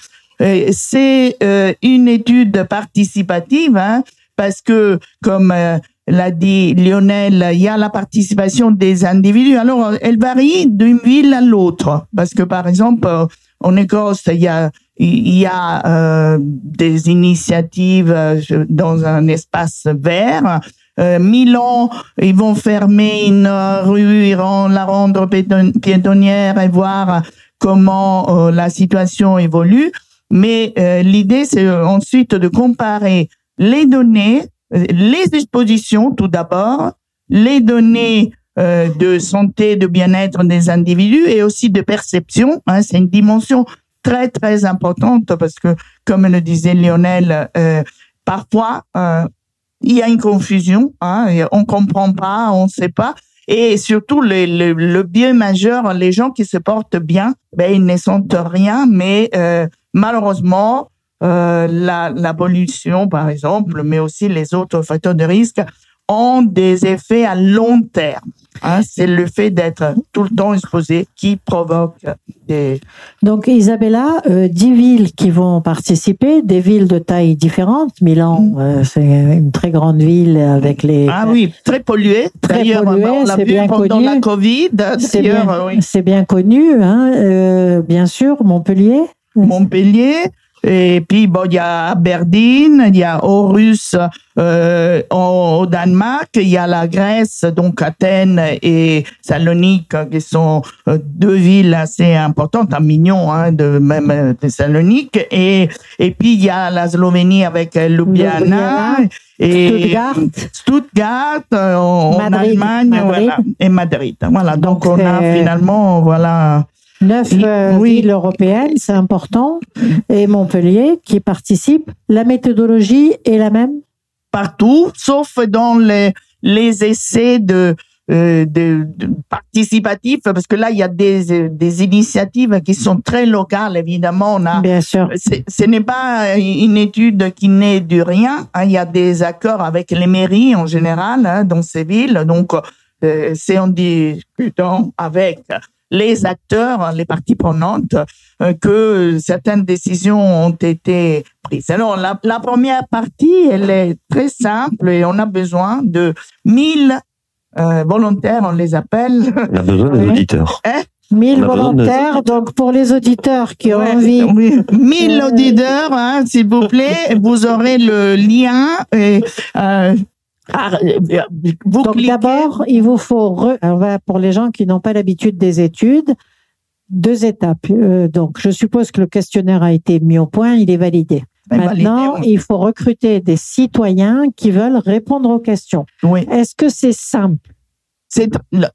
Speaker 2: C'est euh, une étude participative, hein, parce que, comme euh, l'a dit Lionel, il y a la participation des individus. Alors, elle varie d'une ville à l'autre, parce que, par exemple, en Écosse, il y a il y a euh, des initiatives dans un espace vert. Euh, Milan, ils vont fermer une rue, ils vont la rendre piétonnière et voir comment euh, la situation évolue. Mais euh, l'idée, c'est ensuite de comparer les données, les expositions tout d'abord, les données euh, de santé, de bien-être des individus et aussi de perception. Hein, c'est une dimension très très importante parce que, comme le disait Lionel, euh, parfois euh, il y a une confusion. Hein, et on comprend pas, on sait pas. Et surtout, le, le, le biais majeur, les gens qui se portent bien, ben ils ne sentent rien, mais euh, malheureusement, euh, la, la pollution, par exemple, mais aussi les autres facteurs de risque, ont des effets à long terme. Hein, c'est le fait d'être tout le temps exposé qui provoque des...
Speaker 1: Donc Isabella, euh, dix villes qui vont participer, des villes de taille différente. Milan, mmh. euh, c'est une très grande ville avec les...
Speaker 2: Ah oui, très polluée.
Speaker 1: Très
Speaker 2: d'ailleurs,
Speaker 1: polluée,
Speaker 2: on l'a
Speaker 1: c'est
Speaker 2: vu
Speaker 1: bien
Speaker 2: pendant
Speaker 1: connu.
Speaker 2: la Covid.
Speaker 1: C'est bien,
Speaker 2: oui.
Speaker 1: c'est bien connu, hein, euh, bien sûr, Montpellier.
Speaker 2: Montpellier. Et puis, bon, il y a Aberdeen, il y a Aarhus euh, au, au Danemark, il y a la Grèce, donc Athènes et Salonique, qui sont euh, deux villes assez importantes, un million hein, de même de Salonique. Et, et puis, il y a la Slovénie avec Ljubljana. Ljubljana. Et
Speaker 1: Stuttgart,
Speaker 2: Stuttgart euh, en
Speaker 1: Madrid,
Speaker 2: Allemagne,
Speaker 1: Madrid.
Speaker 2: Voilà, et Madrid. Voilà, donc,
Speaker 1: donc
Speaker 2: on a
Speaker 1: euh...
Speaker 2: finalement, voilà...
Speaker 1: Neuf euh,
Speaker 2: oui.
Speaker 1: villes européennes, c'est important, et Montpellier qui participe. La méthodologie est la même
Speaker 2: partout, sauf dans les les essais de euh, de, de participatifs, parce que là il y a des des initiatives qui sont très locales. Évidemment, on a.
Speaker 1: Bien sûr.
Speaker 2: Ce n'est pas une étude qui naît du rien. Hein, il y a des accords avec les mairies en général hein, dans ces villes. Donc euh, c'est en discutant avec les acteurs, les parties prenantes, euh, que certaines décisions ont été prises. Alors, la, la première partie, elle est très simple et on a besoin de mille euh, volontaires, on les appelle.
Speaker 4: On a besoin des auditeurs.
Speaker 2: Hein?
Speaker 1: mille volontaires, donc pour les auditeurs qui ont ouais, envie.
Speaker 2: Oui. mille euh... auditeurs, hein, s'il vous plaît, vous aurez le lien et... Euh,
Speaker 1: Ah, vous Donc d'abord, il vous faut, re... Alors, pour les gens qui n'ont pas l'habitude des études, deux étapes. Euh, donc je suppose que le questionnaire a été mis au point, il est validé. Mais Maintenant, validé, oui. il faut recruter des citoyens qui veulent répondre aux questions.
Speaker 2: Oui.
Speaker 1: Est-ce que c'est simple?
Speaker 2: C'est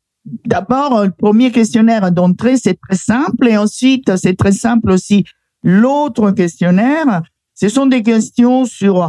Speaker 2: d'abord le premier questionnaire d'entrée, c'est très simple, et ensuite c'est très simple aussi. L'autre questionnaire, ce sont des questions sur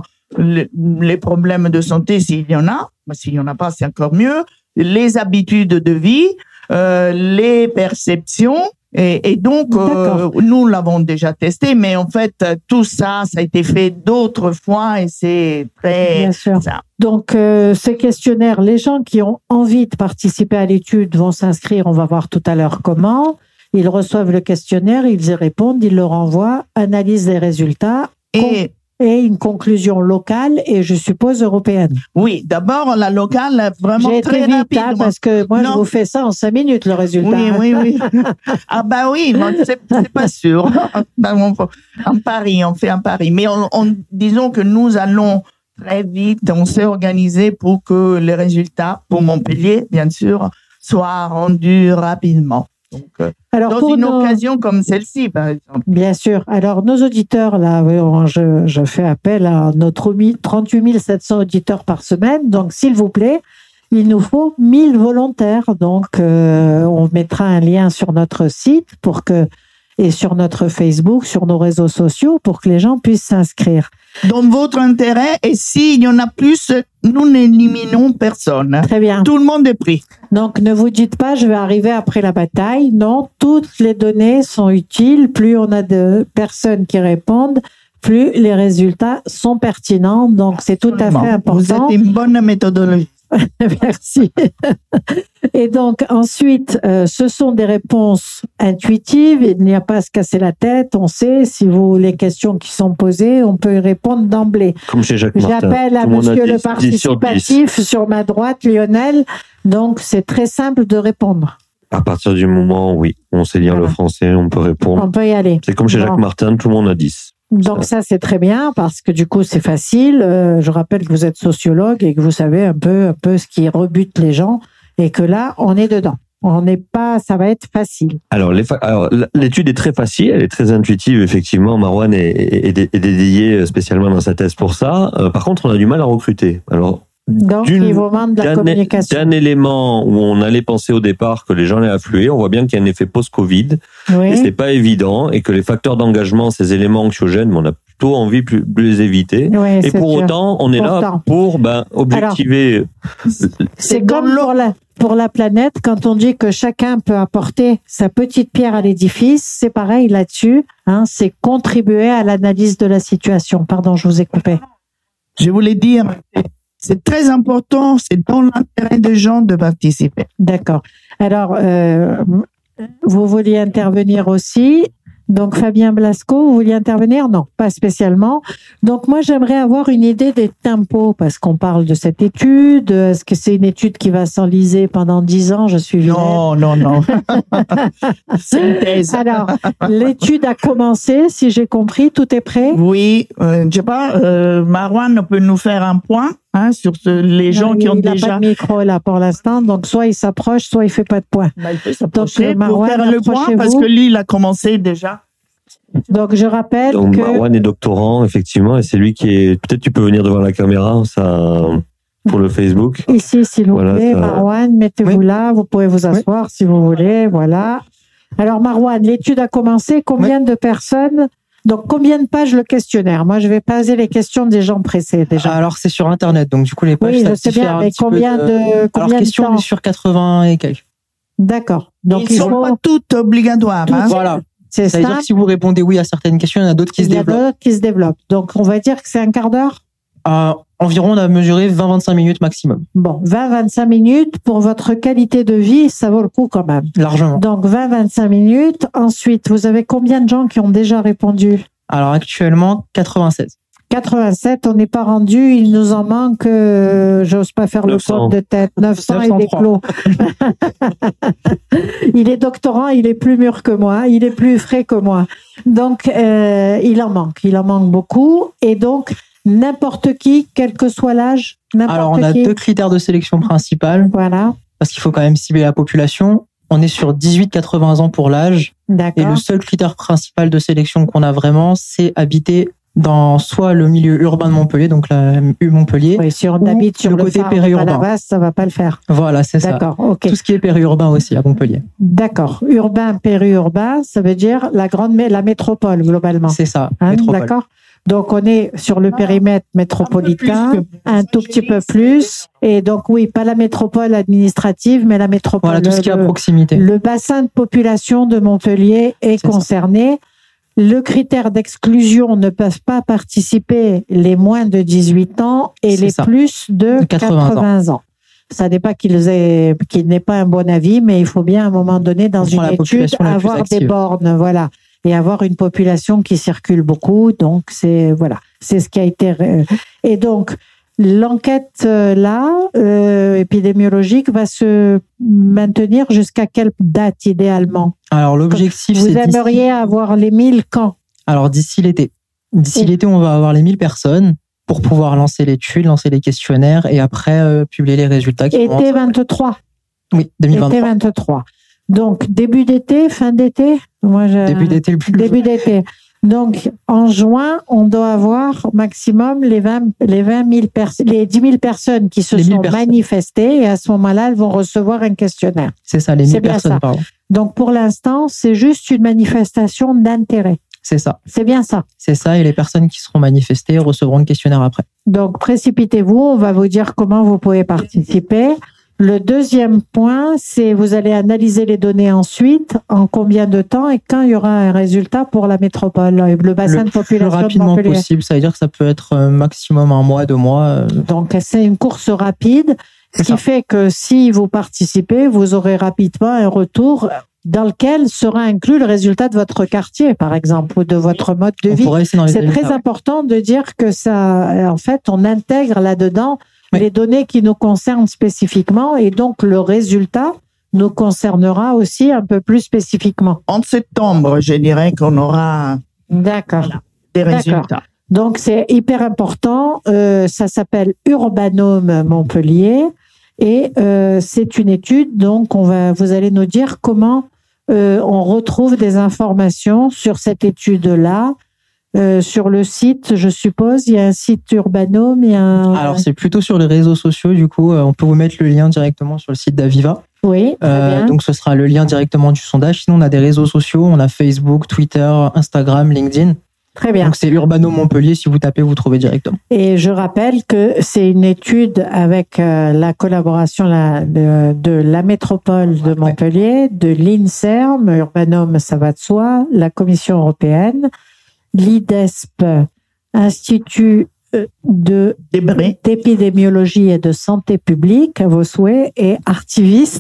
Speaker 2: les problèmes de santé s'il y en a, s'il y en a pas c'est encore mieux, les habitudes de vie, euh, les perceptions Et, et donc, euh, nous l'avons déjà testé, mais en fait, tout ça, ça a été fait d'autres fois et c'est très...
Speaker 1: Bien sûr. Ça. Donc, euh, ces questionnaires, les gens qui ont envie de participer à l'étude vont s'inscrire, on va voir tout à l'heure comment. Ils reçoivent le questionnaire, ils y répondent, ils le renvoient, analysent les résultats et... et une conclusion locale et je suppose européenne.
Speaker 2: Oui, d'abord la locale vraiment
Speaker 1: J'ai
Speaker 2: très
Speaker 1: été vite,
Speaker 2: rapide.
Speaker 1: Hein, parce que moi non. je vous fais ça en cinq minutes le résultat.
Speaker 2: Oui, oui, oui. Ah bah oui, c'est, c'est pas sûr. En Paris, on fait un Paris, mais on, on, disons que nous allons très vite, on s'est organisé pour que les résultats pour Montpellier, bien sûr, soient rendus rapidement. Donc, Alors, dans une nos... occasion comme celle-ci, par exemple.
Speaker 1: Bien sûr. Alors, nos auditeurs, là, je, je fais appel à notre trente-huit mille sept cents auditeurs par semaine. Donc, s'il vous plaît, il nous faut mille volontaires. Donc, euh, on mettra un lien sur notre site pour que, et sur notre Facebook, sur nos réseaux sociaux, pour que les gens puissent s'inscrire.
Speaker 2: Dans votre intérêt, et s'il y en a plus, nous n'éliminons personne.
Speaker 1: Très bien.
Speaker 2: Tout le monde est pris.
Speaker 1: Donc, ne vous dites pas, je vais arriver après la bataille. Non, toutes les données sont utiles. Plus on a de personnes qui répondent, plus les résultats sont pertinents. Donc, c'est tout à fait important.
Speaker 2: Vous êtes une bonne méthodologie.
Speaker 1: Merci. Et donc, ensuite, euh, ce sont des réponses intuitives. Il n'y a pas à se casser la tête. On sait, si vous, les questions qui sont posées, on peut y répondre d'emblée.
Speaker 4: Comme chez Jacques Martin.
Speaker 1: J'appelle à monsieur le participatif sur, sur ma droite, Lionel. Donc, c'est très simple de répondre.
Speaker 4: À partir du moment où, oui, on sait lire voilà. le français, on peut répondre.
Speaker 1: On peut y aller.
Speaker 4: C'est comme chez bon. Jacques Martin, tout le monde a dix.
Speaker 1: Donc ça, c'est très bien parce que du coup, c'est facile. Euh, je rappelle que vous êtes sociologue et que vous savez un peu, un peu ce qui rebute les gens et que là, on est dedans. On n'est pas, ça va être facile.
Speaker 4: Alors, les fa- alors, l'étude est très facile, elle est très intuitive. Effectivement, Marouane est, est, est dédié spécialement dans sa thèse pour ça. Euh, par contre, on a du mal à recruter. Alors,
Speaker 1: donc, il vous manque de la
Speaker 4: d'un,
Speaker 1: communication.
Speaker 4: D'un élément où on allait penser au départ que les gens allaient affluer, on voit bien qu'il y a un effet post-Covid. Oui. Et c'est pas évident, et que les facteurs d'engagement, ces éléments anxiogènes, on a plutôt envie de les éviter.
Speaker 1: Oui,
Speaker 4: et pour sûr. autant, on est Pourtant. là pour ben, objectiver.
Speaker 1: Alors, c'est comme pour la, pour la planète, quand on dit que chacun peut apporter sa petite pierre à l'édifice, c'est pareil là-dessus. Hein, c'est contribuer à l'analyse de la situation. Pardon, je vous ai coupé.
Speaker 2: Je voulais dire... C'est très important, c'est dans l'intérêt des gens de participer.
Speaker 1: D'accord. Alors, euh, vous vouliez intervenir aussi. Donc, Fabien Blasco, vous vouliez intervenir? Non, pas spécialement. Donc, moi, j'aimerais avoir une idée des tempos, parce qu'on parle de cette étude. Est-ce que c'est une étude qui va s'enliser pendant dix ans? Je suis vilaine.
Speaker 2: Non, non, non. C'est une thèse.
Speaker 1: Alors, l'étude a commencé, si j'ai compris. Tout est prêt?
Speaker 2: Oui. Euh, je sais pas, euh, Marouane peut nous faire un point hein, sur ce, les gens non, qui ont
Speaker 1: il
Speaker 2: déjà...
Speaker 1: Il n'a pas de micro là pour l'instant, donc soit il s'approche, soit il fait pas de point.
Speaker 2: Bah, il peut s'approcher donc, pour Marouane, faire le point, parce que lui, il a commencé déjà.
Speaker 1: Donc, je rappelle
Speaker 4: donc,
Speaker 1: que...
Speaker 4: Marouane est doctorant, effectivement, et c'est lui qui est... Peut-être tu peux venir devant la caméra, ça... pour le Facebook.
Speaker 1: Ici, s'il vous voilà, plaît, ça... Marouane, mettez-vous
Speaker 2: oui.
Speaker 1: là, vous pouvez vous asseoir oui. si vous voulez, voilà. Alors, Marouane, l'étude a commencé, combien oui. de personnes... Donc, combien de pages le questionnaire? Moi, je vais poser les questions des gens pressés, déjà.
Speaker 5: Alors, c'est sur Internet, donc du coup, les pages...
Speaker 1: Oui, je sais bien, mais combien de... de combien
Speaker 5: Alors, question, on est sur quatre-vingts et quelques.
Speaker 1: D'accord.
Speaker 2: Donc, ils ne sont faut... pas toutes obligatoires.
Speaker 1: Toutes,
Speaker 2: hein.
Speaker 5: Voilà.
Speaker 1: C'est
Speaker 5: ça veut dire que si vous répondez oui à certaines questions, il y en a d'autres qui se développent.
Speaker 1: Il y a d'autres qui se développent. Donc, on va dire que c'est un quart d'heure?
Speaker 5: euh, Environ, on a mesuré vingt à vingt-cinq minutes maximum.
Speaker 1: Bon, vingt à vingt-cinq minutes pour votre qualité de vie, ça vaut le coup quand même.
Speaker 5: Largement.
Speaker 1: Donc, vingt à vingt-cinq minutes. Ensuite, vous avez combien de gens qui ont déjà répondu?
Speaker 5: Alors, actuellement, quatre-vingt-seize.
Speaker 1: quatre-vingt-sept, on n'est pas rendu. Il nous en manque, euh, j'ose pas faire neuf cents. Le compte de tête. neuf cents et des clos. Il est doctorant, il est plus mûr que moi, il est plus frais que moi. Donc, euh, il en manque. Il en manque beaucoup. Et donc, n'importe qui, quel que soit l'âge, n'importe qui.
Speaker 5: Alors, on a
Speaker 1: qui.
Speaker 5: deux critères de sélection principales.
Speaker 1: Voilà.
Speaker 5: Parce qu'il faut quand même cibler la population. On est sur dix-huit à quatre-vingts ans pour l'âge.
Speaker 1: D'accord.
Speaker 5: Et le seul critère principal de sélection qu'on a vraiment, c'est habiter dans soit le milieu urbain de Montpellier, donc la U Montpellier,
Speaker 1: oui, si on habite sur
Speaker 5: le,
Speaker 1: le
Speaker 5: côté
Speaker 1: phare
Speaker 5: périurbain.
Speaker 1: À la base, ça va pas le faire.
Speaker 5: Voilà, c'est ça.
Speaker 1: D'accord, ok.
Speaker 5: Tout ce qui est périurbain aussi à Montpellier.
Speaker 1: D'accord. Urbain, périurbain, ça veut dire la grande, la métropole globalement.
Speaker 5: C'est ça.
Speaker 1: Hein,
Speaker 5: métropole.
Speaker 1: D'accord. Donc, on est sur le périmètre métropolitain, un, un tout petit peu plus. Et donc, oui, pas la métropole administrative, mais la métropole.
Speaker 5: Voilà, tout ce qui est à proximité.
Speaker 1: Le bassin de population de Montpellier est, est concerné. Ça. Le critère d'exclusion ne peuvent pas participer les moins de dix-huit ans et c'est les ça. plus de quatre-vingts, quatre-vingts ans. ans. Ça n'est pas qu'ils aient, qu'ils n'aient pas un bon avis, mais il faut bien à un moment donné dans une étude avoir des bornes, voilà. Et avoir une population qui circule beaucoup, donc c'est voilà, c'est ce qui a été. Et donc l'enquête là euh, épidémiologique va se maintenir jusqu'à quelle date idéalement?
Speaker 5: Alors l'objectif,
Speaker 1: vous
Speaker 5: c'est
Speaker 1: aimeriez avoir les mille quand?
Speaker 5: Alors d'ici l'été. D'ici et... l'été, on va avoir les mille personnes pour pouvoir lancer l'étude, lancer les questionnaires et après euh, publier les résultats. Qui
Speaker 1: été vingt-trois.
Speaker 5: Oui, deux mille vingt-trois.
Speaker 1: été vingt-trois. Donc, début d'été, fin d'été? Moi, je...
Speaker 5: Début d'été le plus.
Speaker 1: Début d'été. Donc, en juin, on doit avoir maximum les vingt, les vingt mille personnes, les dix mille personnes qui se les sont manifestées et à ce moment-là, elles vont recevoir un questionnaire.
Speaker 5: C'est ça, les mille personnes, ça. Pardon.
Speaker 1: Donc, pour l'instant, c'est juste une manifestation d'intérêt.
Speaker 5: C'est ça.
Speaker 1: C'est bien ça.
Speaker 5: C'est ça, et les personnes qui seront manifestées recevront le questionnaire après.
Speaker 1: Donc, précipitez-vous, on va vous dire comment vous pouvez participer. Le deuxième point, c'est vous allez analyser les données ensuite, en combien de temps et quand il y aura un résultat pour la métropole, le bassin
Speaker 5: le
Speaker 1: de population.
Speaker 5: Le plus rapidement possible, ça veut dire que ça peut être maximum un mois, deux mois.
Speaker 1: Donc c'est une course rapide, ce qui fait que si vous participez, vous aurez rapidement un retour dans lequel sera inclus le résultat de votre quartier, par exemple, ou de votre mode de vie. C'est très important de dire que ça, en fait, on intègre là-dedans oui. les données qui nous concernent spécifiquement et donc le résultat nous concernera aussi un peu plus spécifiquement.
Speaker 2: En septembre, je dirais qu'on aura
Speaker 1: D'accord.
Speaker 2: Voilà, des résultats. D'accord.
Speaker 1: Donc c'est hyper important. Euh, ça s'appelle Urbanome Montpellier et euh, c'est une étude. Donc on va, vous allez nous dire comment euh, on retrouve des informations sur cette étude-là. Euh, sur le site, je suppose, il y a un site Urbanome, il y a un...
Speaker 5: Alors, c'est plutôt sur les réseaux sociaux, du coup, euh, on peut vous mettre le lien directement sur le site d'Aviva.
Speaker 1: Oui, très euh, bien.
Speaker 5: Donc, ce sera le lien directement du sondage. Sinon, on a des réseaux sociaux, on a Facebook, Twitter, Instagram, LinkedIn.
Speaker 1: Très bien.
Speaker 5: Donc, c'est Urbanome Montpellier, si vous tapez, vous trouvez directement.
Speaker 1: Et je rappelle que c'est une étude avec euh, la collaboration la, de, de la métropole de Montpellier, de l'INSERM, Urbanome, ça va de soi, la Commission européenne, l'I D E S P, Institut de d'épidémiologie et de santé publique, à vos souhaits, et Artiviste,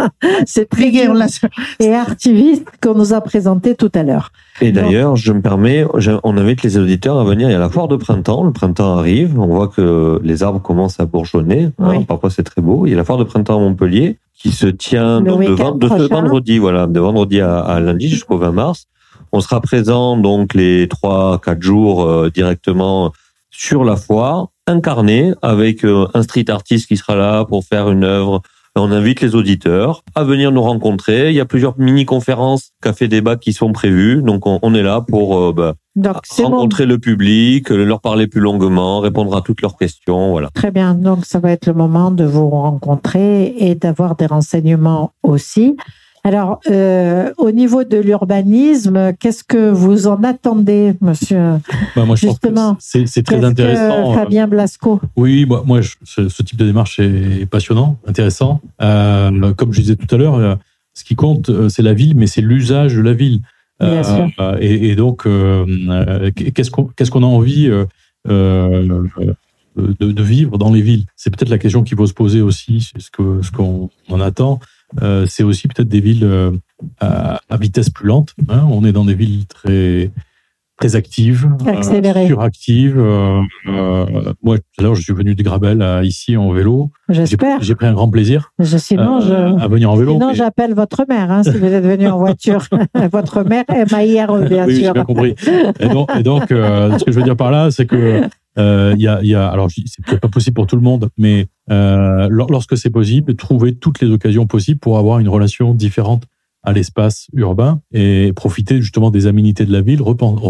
Speaker 1: c'est très dur, et Artiviste qu'on nous a présenté tout à l'heure.
Speaker 4: Et d'ailleurs, je me permets, on invite les auditeurs à venir. Il y a la foire de printemps, le printemps arrive, on voit que les arbres commencent à bourgeonner, oui. hein, parfois c'est très beau. Il y a la foire de printemps à Montpellier qui se tient donc de, de ce vendredi, voilà, de vendredi à, à lundi jusqu'au vingt mars. On sera présent donc les trois quatre jours euh, directement sur la foire, incarné avec euh, un street artiste qui sera là pour faire une œuvre. On invite les auditeurs à venir nous rencontrer. Il y a plusieurs mini-conférences, café-débat qui sont prévues. Donc on, on est là pour euh, bah, donc, rencontrer bon. le public, leur parler plus longuement, répondre à toutes leurs questions. Voilà.
Speaker 1: Très bien. Donc ça va être le moment de vous rencontrer et d'avoir des renseignements aussi. Alors, euh, au niveau de l'urbanisme, qu'est-ce que vous en attendez, monsieur?
Speaker 3: Bah moi, je Justement, pense que c'est, c'est très intéressant.
Speaker 1: Que Fabien Blasco.
Speaker 3: Oui, bah, moi, je, ce, ce type de démarche est passionnant, intéressant. Euh, comme je disais tout à l'heure, ce qui compte, c'est la ville, mais c'est l'usage de la ville.
Speaker 1: Bien euh, sûr.
Speaker 3: Et, et donc, euh, qu'est-ce qu'on, qu'est-ce qu'on a envie euh, euh, de, de vivre dans les villes? C'est peut-être la question qu'il faut se poser aussi, c'est ce, que, ce qu'on en attend. Euh, c'est aussi peut-être des villes euh, à, à vitesse plus lente. Hein. On est dans des villes très très actives,
Speaker 1: euh,
Speaker 3: suractives. Euh, euh, moi, tout à l'heure, je suis venu de Grabel à, ici en vélo.
Speaker 1: J'espère.
Speaker 3: J'ai, j'ai pris un grand plaisir
Speaker 1: je, sinon,
Speaker 3: euh,
Speaker 1: je,
Speaker 3: à venir en vélo.
Speaker 1: Sinon, mais... j'appelle votre mère hein, si vous êtes venu en voiture. Votre mère M A I R E, bien
Speaker 3: oui,
Speaker 1: sûr.
Speaker 3: Oui, j'ai bien compris. Et donc, et donc euh, ce que je veux dire par là, c'est que il euh, y, a, y a, alors c'est peut-être pas possible pour tout le monde, mais euh, lorsque c'est possible, trouver toutes les occasions possibles pour avoir une relation différente à l'espace urbain et profiter justement des aménités de la ville,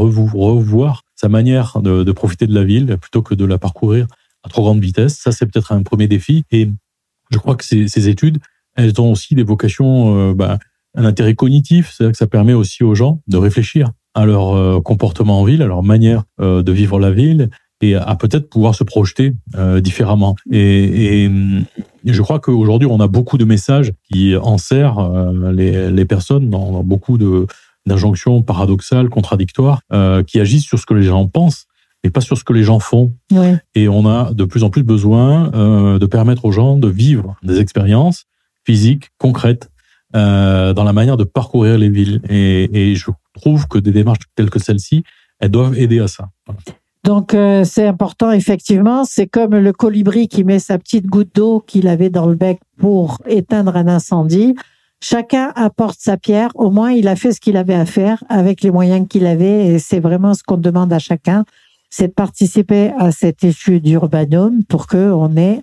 Speaker 3: revoir sa manière de, de profiter de la ville plutôt que de la parcourir à trop grande vitesse. Ça, c'est peut-être un premier défi. Et je crois que ces, ces études, elles ont aussi des vocations, euh, bah, un intérêt cognitif, c'est-à-dire que ça permet aussi aux gens de réfléchir à leur euh, comportement en ville, à leur manière euh, de vivre la ville, et à peut-être pouvoir se projeter euh, différemment. Et, et, et je crois qu'aujourd'hui, on a beaucoup de messages qui enserrent euh, les, les personnes dans, dans beaucoup de, d'injonctions paradoxales, contradictoires, euh, qui agissent sur ce que les gens pensent, mais pas sur ce que les gens font.
Speaker 1: Oui.
Speaker 3: Et on a de plus en plus besoin euh, de permettre aux gens de vivre des expériences physiques, concrètes, euh, dans la manière de parcourir les villes. Et, et je trouve que des démarches telles que celle-ci, elles doivent aider à ça. Voilà.
Speaker 1: Donc, euh, c'est important, effectivement. C'est comme le colibri qui met sa petite goutte d'eau qu'il avait dans le bec pour éteindre un incendie. Chacun apporte sa pierre. Au moins, il a fait ce qu'il avait à faire avec les moyens qu'il avait. Et c'est vraiment ce qu'on demande à chacun, c'est de participer à cette étude d'Urbanome pour qu'on ait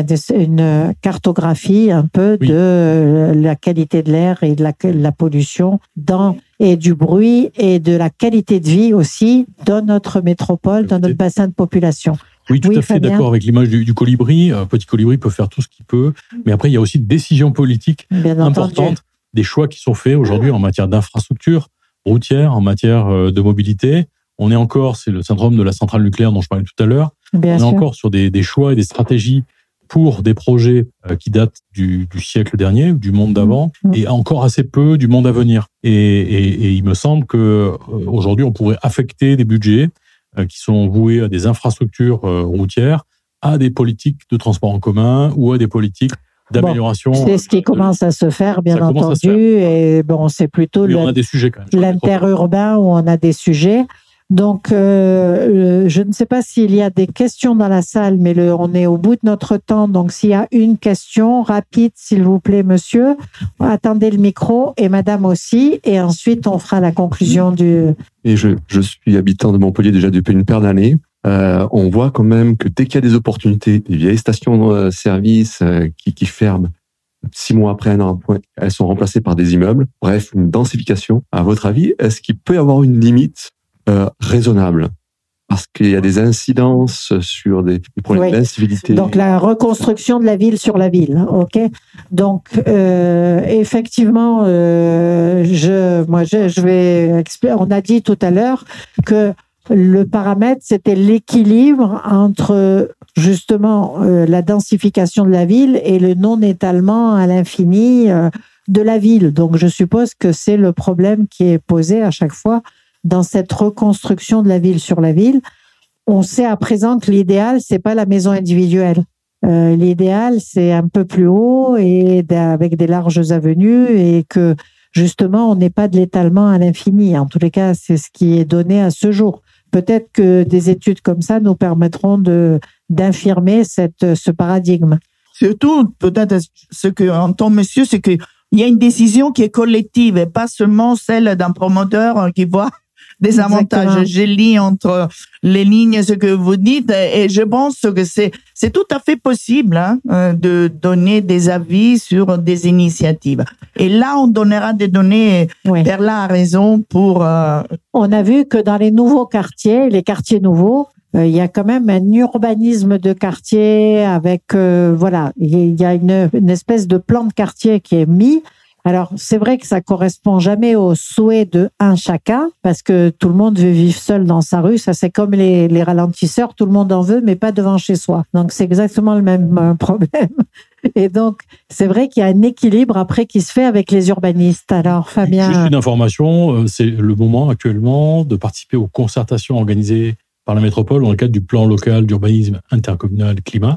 Speaker 1: une cartographie un peu oui. de la qualité de l'air et de la, de la pollution dans, et du bruit et de la qualité de vie aussi dans notre métropole, dans notre bassin de population.
Speaker 3: Oui, tout oui, à fait Fabien. D'accord avec l'image du, du colibri. Un petit colibri peut faire tout ce qu'il peut, mais après, il y a aussi des décisions politiques Bien importantes, entendu. Des choix qui sont faits aujourd'hui en matière d'infrastructure routière, en matière de mobilité. On est encore, c'est le syndrome de la centrale nucléaire dont je parlais tout à l'heure, Bien on sûr. est encore sur des, des choix et des stratégies pour des projets qui datent du, du siècle dernier, du monde d'avant, mmh. et encore assez peu du monde à venir. Et, et, et il me semble que aujourd'hui, on pourrait affecter des budgets qui sont voués à des infrastructures routières, à des politiques de transport en commun ou à des politiques d'amélioration.
Speaker 1: Bon, c'est ce qui commence à se faire, bien entendu. Faire. Et bon, c'est plutôt
Speaker 3: oui, on a des sujets quand
Speaker 1: même, l'interurbain où on a des sujets. Donc, euh, je ne sais pas s'il y a des questions dans la salle, mais le, on est au bout de notre temps. Donc, s'il y a une question rapide, s'il vous plaît, monsieur, attendez le micro et madame aussi. Et ensuite, on fera la conclusion du...
Speaker 6: Et je, je suis habitant de Montpellier déjà depuis une paire d'années. Euh, on voit quand même que dès qu'il y a des opportunités, des vieilles stations-service euh, qui, qui ferment, six mois après un an, elles sont remplacées par des immeubles. Bref, une densification. À votre avis, est-ce qu'il peut y avoir une limite Euh, raisonnable, parce qu'il y a des incidences sur des, des problèmes oui. d'incivilité.
Speaker 1: Donc la reconstruction de la ville sur la ville, ok. Donc euh, effectivement, euh, je, moi je, je vais expliquer. On a dit tout à l'heure que le paramètre c'était l'équilibre entre justement euh, la densification de la ville et le non-étalement à l'infini euh, de la ville. Donc je suppose que c'est le problème qui est posé à chaque fois. Dans cette reconstruction de la ville sur la ville, on sait à présent que l'idéal, c'est pas la maison individuelle. Euh, l'idéal, c'est un peu plus haut et avec des larges avenues et que justement, on n'ait pas de l'étalement à l'infini. En tous les cas, c'est ce qui est donné à ce jour. Peut-être que des études comme ça nous permettront de d'infirmer cette ce paradigme.
Speaker 2: Surtout, peut-être ce que entend monsieur, c'est que il y a une décision qui est collective et pas seulement celle d'un promoteur qui voit des avantages. Exactement. Je lis entre les lignes ce que vous dites et je pense que c'est c'est tout à fait possible hein, de donner des avis sur des initiatives. Et là, on donnera des données. Oui. Perla a raison pour. Euh...
Speaker 1: On a vu que dans les nouveaux quartiers, les quartiers nouveaux, euh, il y a quand même un urbanisme de quartier avec euh, voilà, il y a une, une espèce de plan de quartier qui est mis. Alors, c'est vrai que ça correspond jamais au souhait de un chacun, parce que tout le monde veut vivre seul dans sa rue. Ça, c'est comme les, les ralentisseurs, tout le monde en veut, mais pas devant chez soi. Donc, c'est exactement le même problème. Et donc, c'est vrai qu'il y a un équilibre après qui se fait avec les urbanistes. Alors, Fabien...
Speaker 3: Juste une information, c'est le moment actuellement de participer aux concertations organisées par la métropole dans le cadre du plan local d'urbanisme intercommunal climat.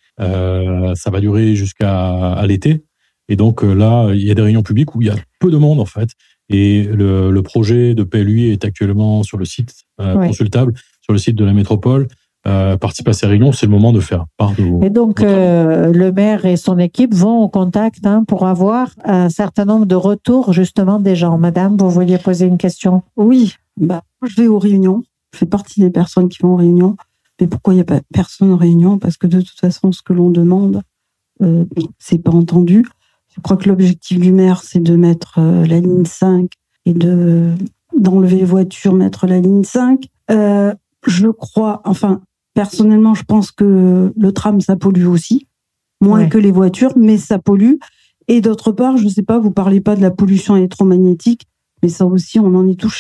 Speaker 3: Euh, ça va durer jusqu'à à l'été. Et donc là, il y a des réunions publiques où il y a peu de monde en fait. Et le, le projet de P L U I est actuellement sur le site euh, oui. consultable, sur le site de la métropole. Euh, participer à ces réunions, c'est le moment de faire part de vos...
Speaker 1: Et donc, euh, le maire et son équipe vont au contact hein, pour avoir un certain nombre de retours justement des gens. Madame, vous vouliez poser une question?
Speaker 7: Oui, bah, je vais aux réunions. Je fais partie des personnes qui vont aux réunions. Mais pourquoi il n'y a pas personne aux réunions? Parce que de toute façon, ce que l'on demande, euh, c'est pas entendu. Je crois que l'objectif du maire, c'est de mettre euh, la ligne cinq et de d'enlever les voitures, mettre la ligne cinq. Euh, je crois, enfin, personnellement, je pense que le tram, ça pollue aussi, moins ouais. que les voitures, mais ça pollue. Et d'autre part, je ne sais pas, vous parlez pas de la pollution électromagnétique, mais ça aussi, on en est touché.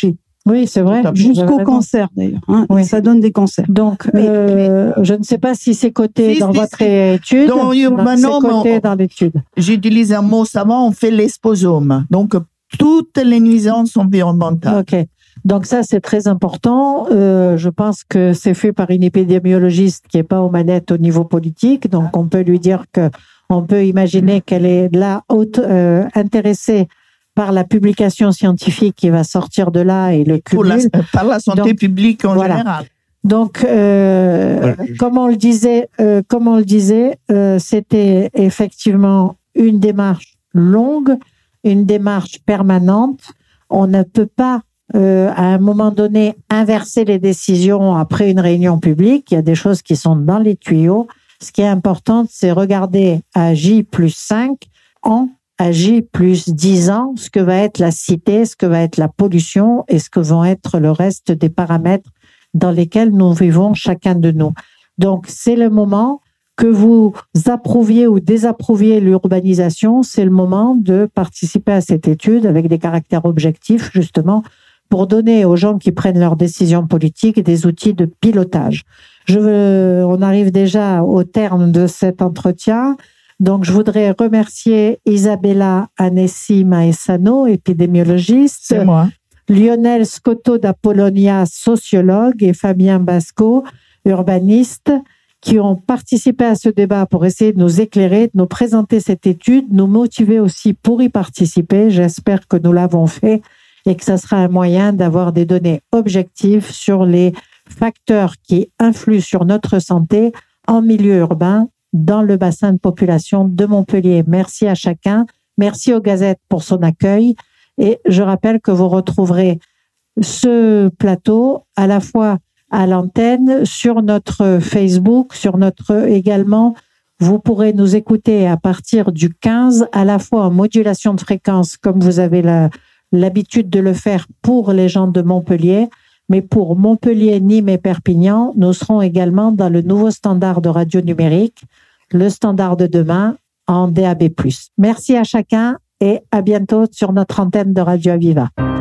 Speaker 1: Oui, c'est vrai.
Speaker 7: Jusqu'au cancer, d'ailleurs. Hein, oui. Ça donne des cancers.
Speaker 1: Donc, mais, euh, mais, je ne sais pas si c'est coté si, dans si, votre si. étude.
Speaker 2: Dans Urbanome,
Speaker 1: c'est coté dans l'étude.
Speaker 2: J'utilise un mot savant, on fait l'esposome. Donc, toutes les nuisances environnementales.
Speaker 1: OK. Donc ça, c'est très important. Euh, je pense que c'est fait par une épidémiologiste qui n'est pas aux manettes au niveau politique. Donc, on peut lui dire que on peut imaginer qu'elle est là haute, euh, intéressée par la publication scientifique qui va sortir de là et le cumul.
Speaker 2: La, par la santé Donc, publique en
Speaker 1: voilà.
Speaker 2: général.
Speaker 1: Donc, euh, ouais. comme on le disait, euh, comme on le disait, euh, c'était effectivement une démarche longue, une démarche permanente. On ne peut pas, euh, à un moment donné, inverser les décisions après une réunion publique. Il y a des choses qui sont dans les tuyaux. Ce qui est important, c'est regarder à J plus cinq ans, à J plus dix ans, ce que va être la cité, ce que va être la pollution et ce que vont être le reste des paramètres dans lesquels nous vivons chacun de nous. Donc, c'est le moment que vous approuviez ou désapprouviez l'urbanisation, c'est le moment de participer à cette étude avec des caractères objectifs, justement, pour donner aux gens qui prennent leurs décisions politiques des outils de pilotage. Je veux, on arrive déjà au terme de cet entretien. Donc, je voudrais remercier Isabella Anessi Maessano, épidémiologiste.
Speaker 2: C'est moi.
Speaker 1: Lionel Scotto d'Apollonia, sociologue, et Fabien Basco, urbaniste, qui ont participé à ce débat pour essayer de nous éclairer, de nous présenter cette étude, nous motiver aussi pour y participer. J'espère que nous l'avons fait et que ça sera un moyen d'avoir des données objectives sur les facteurs qui influent sur notre santé en milieu urbain, dans le bassin de population de Montpellier. Merci à chacun. Merci aux Gazettes pour son accueil. Et je rappelle que vous retrouverez ce plateau à la fois à l'antenne, sur notre Facebook, sur notre également. Vous pourrez nous écouter à partir du quinze, à la fois en modulation de fréquence, comme vous avez la, l'habitude de le faire pour les gens de Montpellier. Mais pour Montpellier, Nîmes et Perpignan, nous serons également dans le nouveau standard de radio numérique, le standard de demain en D A B plus. Merci à chacun et à bientôt sur notre antenne de Radio Aviva.